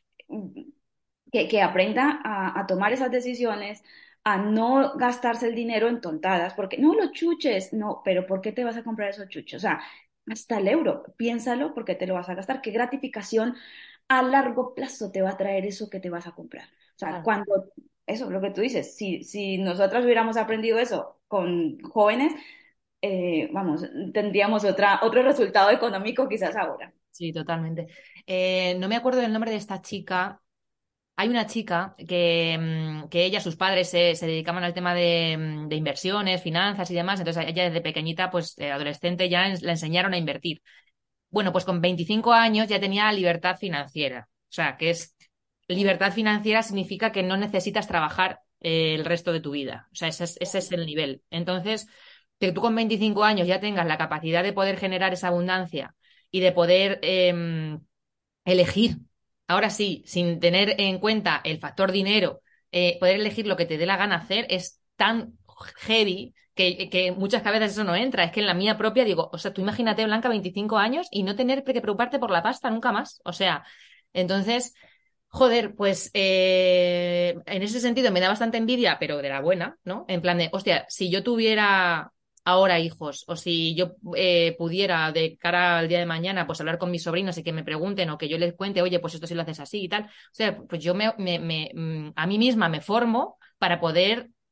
que, que aprenda a, a tomar esas decisiones, a no gastarse el dinero en tontadas, porque no los chuches, no, pero ¿por qué te vas a comprar esos chuches? O sea, hasta el euro, piénsalo porque te lo vas a gastar. ¿Qué gratificación a largo plazo te va a traer eso que te vas a comprar? O sea, Claro. cuando, eso, lo que tú dices, si, si nosotras hubiéramos aprendido eso con jóvenes, eh, vamos, tendríamos otra, otro resultado económico quizás ahora. Sí, totalmente. Eh, no me acuerdo del nombre de esta chica. Hay una chica que, mm, que ella, sus padres se, se dedicaban al tema de, mm, de inversiones, finanzas y demás, entonces a ella desde pequeñita, pues eh, adolescente, ya en- la enseñaron a invertir. Bueno, pues con veinticinco años ya tenía libertad financiera. O sea, que es libertad financiera significa que no necesitas trabajar eh, el resto de tu vida. O sea, ese es, ese es el nivel. Entonces, que tú con veinticinco años ya tengas la capacidad de poder generar esa abundancia y de poder em, elegir, ahora sí, sin tener en cuenta el factor dinero, eh, poder elegir lo que te dé la gana hacer es tan heavy que, que muchas cabezas eso no entra. Es que en la mía propia digo, o sea, tú imagínate, Blanca, veinticinco años y no tener que preocuparte por la pasta nunca más. O sea, entonces, joder, pues eh, en ese sentido me da bastante envidia, pero de la buena, ¿no? En plan de, hostia, si yo tuviera ahora hijos, o si yo eh, pudiera de cara al día de mañana, pues hablar con mis sobrinos y que me pregunten o que yo les cuente, oye, pues esto sí lo haces así y tal. O sea, pues yo me, me, me, mm, a mí misma me formo para poder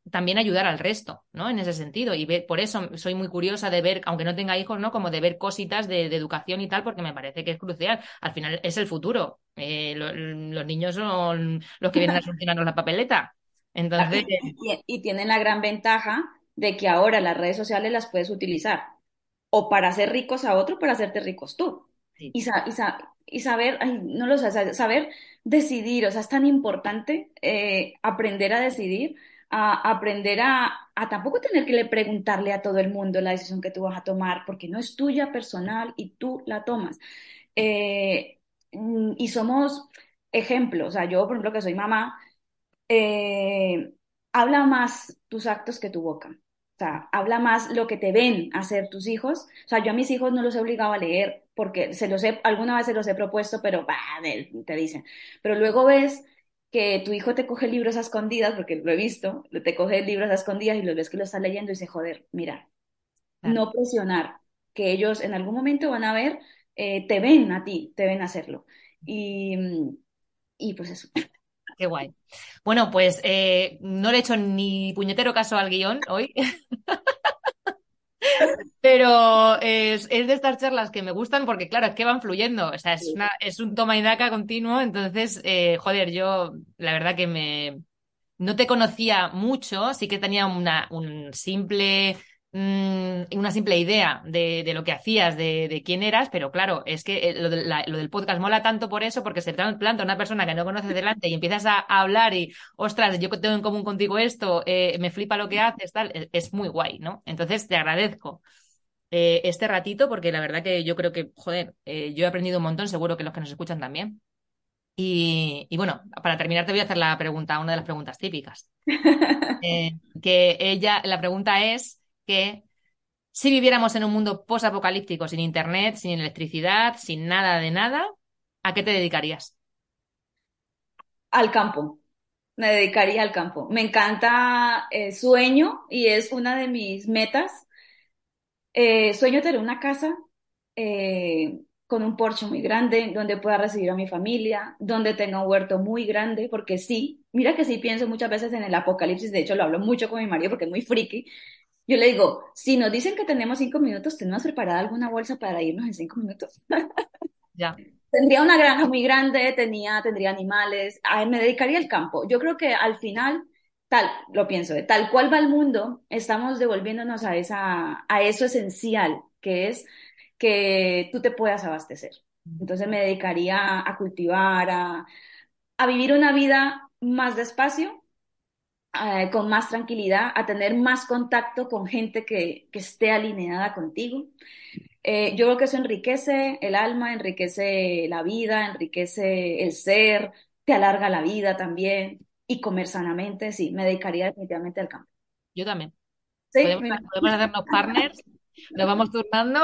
también ayudar al resto, ¿no? En ese sentido. Y ver, por eso soy muy curiosa de ver, aunque no tenga hijos, ¿no? Como de ver cositas de, de educación y tal, porque me parece que es crucial. Al final es el futuro. Eh, lo- los niños son los que vienen a solucionarnos la papeleta. Entonces, Y, y- y tienen la gran ventaja de que ahora las redes sociales las puedes utilizar o para hacer ricos a otro, para hacerte ricos tú. sí, Y, sa- y, sa- y saber, ay, no lo sé, sa- saber decidir, o sea, es tan importante eh, aprender a decidir, a, aprender a, a tampoco tener que le preguntarle a todo el mundo la decisión que tú vas a tomar, porque no es tuya personal y tú la tomas. Eh, mm, y somos ejemplos, o sea, yo, por ejemplo, que soy mamá, eh, habla más tus actos que tu boca. O sea, habla más lo que te ven hacer tus hijos. O sea, yo a mis hijos no los he obligado a leer porque se los he, alguna vez se los he propuesto, pero bah, de- te dicen. Pero luego ves que tu hijo te coge libros a escondidas, porque lo he visto, te coge libros a escondidas y lo ves que lo está leyendo y dice, joder, mira, claro, no presionar, que ellos en algún momento van a ver, eh, te ven a ti, te ven hacerlo. Y, y pues eso. qué guay. Bueno, pues eh, no le he hecho ni puñetero caso al guión hoy. Pero es, es de estas charlas que me gustan porque, claro, es que van fluyendo. O sea, es una, es un toma y daca continuo. Entonces, eh, joder, yo la verdad que me no te conocía mucho, sí que tenía una, un simple, mm, una simple idea de, de lo que hacías, de, de quién eras, pero claro, es que eh, lo, de la- lo del podcast mola tanto por eso, porque se te planta una persona que no conoces delante y empiezas a, a hablar y, ostras, yo tengo en común contigo esto, eh, me flipa lo que haces, tal, es, es muy guay, ¿no? Entonces, te agradezco eh, este ratito, porque la verdad que yo creo que, joder, eh, yo he aprendido un montón, seguro que los que nos escuchan también. Y, y bueno, para terminar te voy a hacer la pregunta, una de las preguntas típicas. Eh, que ella, la pregunta es que si viviéramos en un mundo post-apocalíptico, sin internet, sin electricidad, sin nada de nada, ¿a qué te dedicarías? Al campo. Me dedicaría al campo. Me encanta, eh, sueño y es una de mis metas. Eh, sueño tener una casa eh, con un porche muy grande, donde pueda recibir a mi familia, donde tenga un huerto muy grande, porque sí, mira que sí pienso muchas veces en el apocalipsis, de hecho lo hablo mucho con mi marido porque es muy friki. Yo le digo, si nos dicen que tenemos cinco minutos, ¿tenemos preparada alguna bolsa para irnos en cinco minutos? Ya, Tendría una granja muy grande, tenía, tendría animales, a- me dedicaría al campo. Yo creo que al final, tal, lo pienso, de tal cual va el mundo, estamos devolviéndonos a esa, a eso esencial, que es que tú te puedas abastecer. Entonces me dedicaría a cultivar, a, a vivir una vida más despacio, eh, con más tranquilidad, a tener más contacto con gente que, que esté alineada contigo. Eh, yo creo que eso enriquece el alma, enriquece la vida, enriquece el ser, te alarga la vida también. Y comer sanamente, sí, me dedicaría definitivamente al campo. yo también. Sí, Podemos, mira, podemos hacernos partners, nos vamos turnando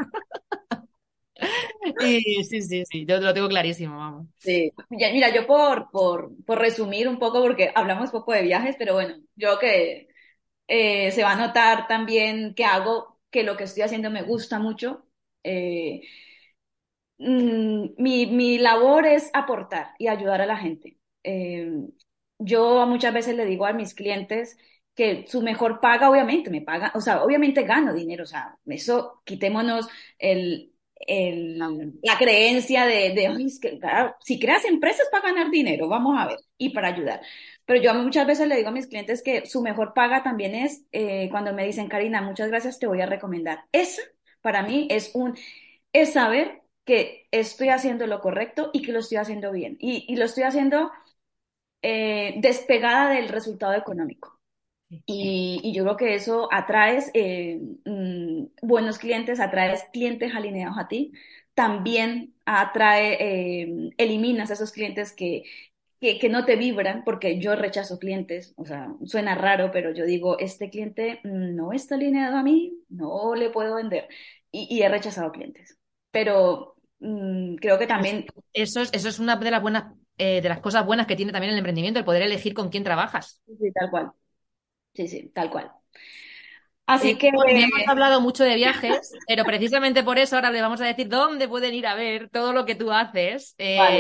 y sí, sí, sí, yo lo tengo clarísimo, vamos. sí. Ya- mira, yo por, por, por resumir un poco, porque hablamos poco de viajes, pero bueno, yo que eh, se va a notar también que hago, que lo que estoy haciendo me gusta mucho. Eh, mm, mi, mi labor es aportar y ayudar a la gente. Eh, yo muchas veces le digo a mis clientes que su mejor paga, obviamente, me paga, o sea, obviamente gano dinero, o sea, eso quitémonos el, el- la creencia de, de "Ay, es que, claro, si creas empresas para ganar dinero, vamos a ver, y para ayudar. Pero yo muchas veces le digo a mis clientes que su mejor paga también es eh, cuando me dicen, Karina, muchas gracias, te voy a recomendar. Esa para mí es un, es saber que estoy haciendo lo correcto y que lo estoy haciendo bien. Y, y lo estoy haciendo eh, despegada del resultado económico. Sí. Y, y yo creo que eso atraes eh, mm, buenos clientes, atraes clientes alineados a ti. También atrae, eh, eliminas esos clientes que, que, que no te vibran, porque yo rechazo clientes, o sea, suena raro, pero yo digo, este cliente no está alineado a mí, no le puedo vender. Y, y he rechazado clientes. Pero mm, creo que Pues también, eso es, eso es una de las buenas, eh, de las cosas buenas que tiene también el emprendimiento, el poder elegir con quién trabajas. sí, tal cual, sí, sí, tal cual. Oye, Así que, no hemos hablado mucho de viajes, pero precisamente por eso ahora le vamos a decir dónde pueden ir a ver todo lo que tú haces. Eh, vale.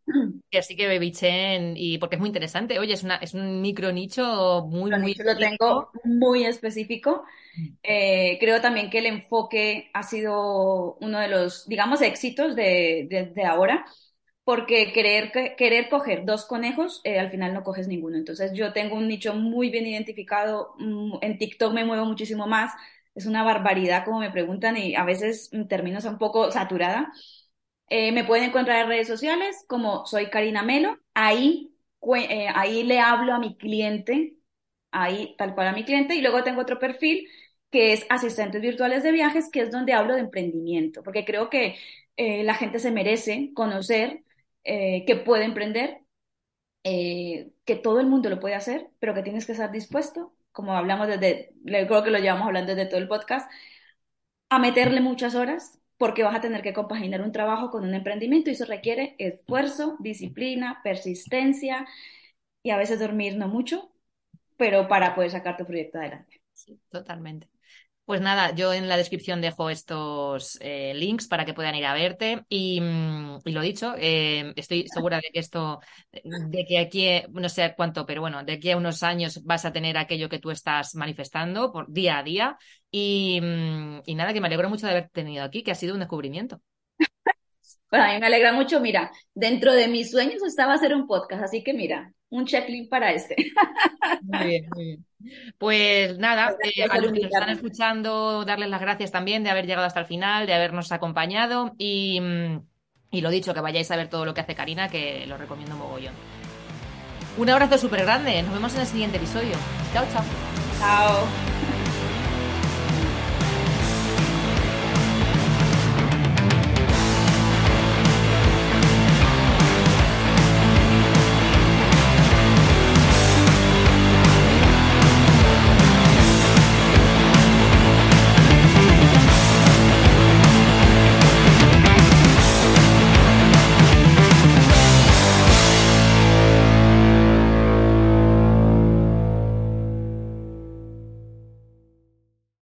que sí que bichen y porque es muy interesante. Oye, es una, es un micro nicho muy, Lo muy nicho lo tengo específico. muy específico. Eh, creo también que el enfoque ha sido uno de los, digamos, éxitos de, de, de ahora, porque querer, que- querer coger dos conejos, eh, al final no coges ninguno. Entonces yo tengo un nicho muy bien identificado, mm, en TikTok me muevo muchísimo más, es una barbaridad como me preguntan y a veces mm, termino un poco saturada. Eh, me pueden encontrar en redes sociales como soy Karina Melo, ahí, cue- eh, ahí le hablo a mi cliente, ahí tal cual a mi cliente, y luego tengo otro perfil que es asistentes virtuales de viajes, que es donde hablo de emprendimiento, porque creo que eh, la gente se merece conocer eh, que puede emprender, eh, que todo el mundo lo puede hacer, pero que tienes que estar dispuesto, como hablamos desde, le- creo que lo llevamos hablando desde todo el podcast, a meterle muchas horas, porque vas a tener que compaginar un trabajo con un emprendimiento y eso requiere esfuerzo, disciplina, persistencia y a veces dormir no mucho, pero para poder sacar tu proyecto adelante. Sí, totalmente. Pues nada, yo en la descripción dejo estos eh, links para que puedan ir a verte y, mm, y lo dicho, eh, estoy segura de que esto, de que aquí, eh, no sé cuánto, pero bueno, de aquí a unos años vas a tener aquello que tú estás manifestando por día a día y, mm, y nada, que me alegro mucho de haberte tenido aquí, que ha sido un descubrimiento. Bueno, a mí me alegra mucho, mira, dentro de mis sueños estaba hacer un podcast, así que mira, un checklist para este. Muy bien, muy bien. Pues nada, eh, Gracias a por los que nos están invitarme. escuchando, darles las gracias también de haber llegado hasta el final, de habernos acompañado y, mm, y lo dicho, que vayáis a ver todo lo que hace Karina, que lo recomiendo mogollón. Un abrazo súper grande, nos vemos en el siguiente episodio. Chao, chao. Chao.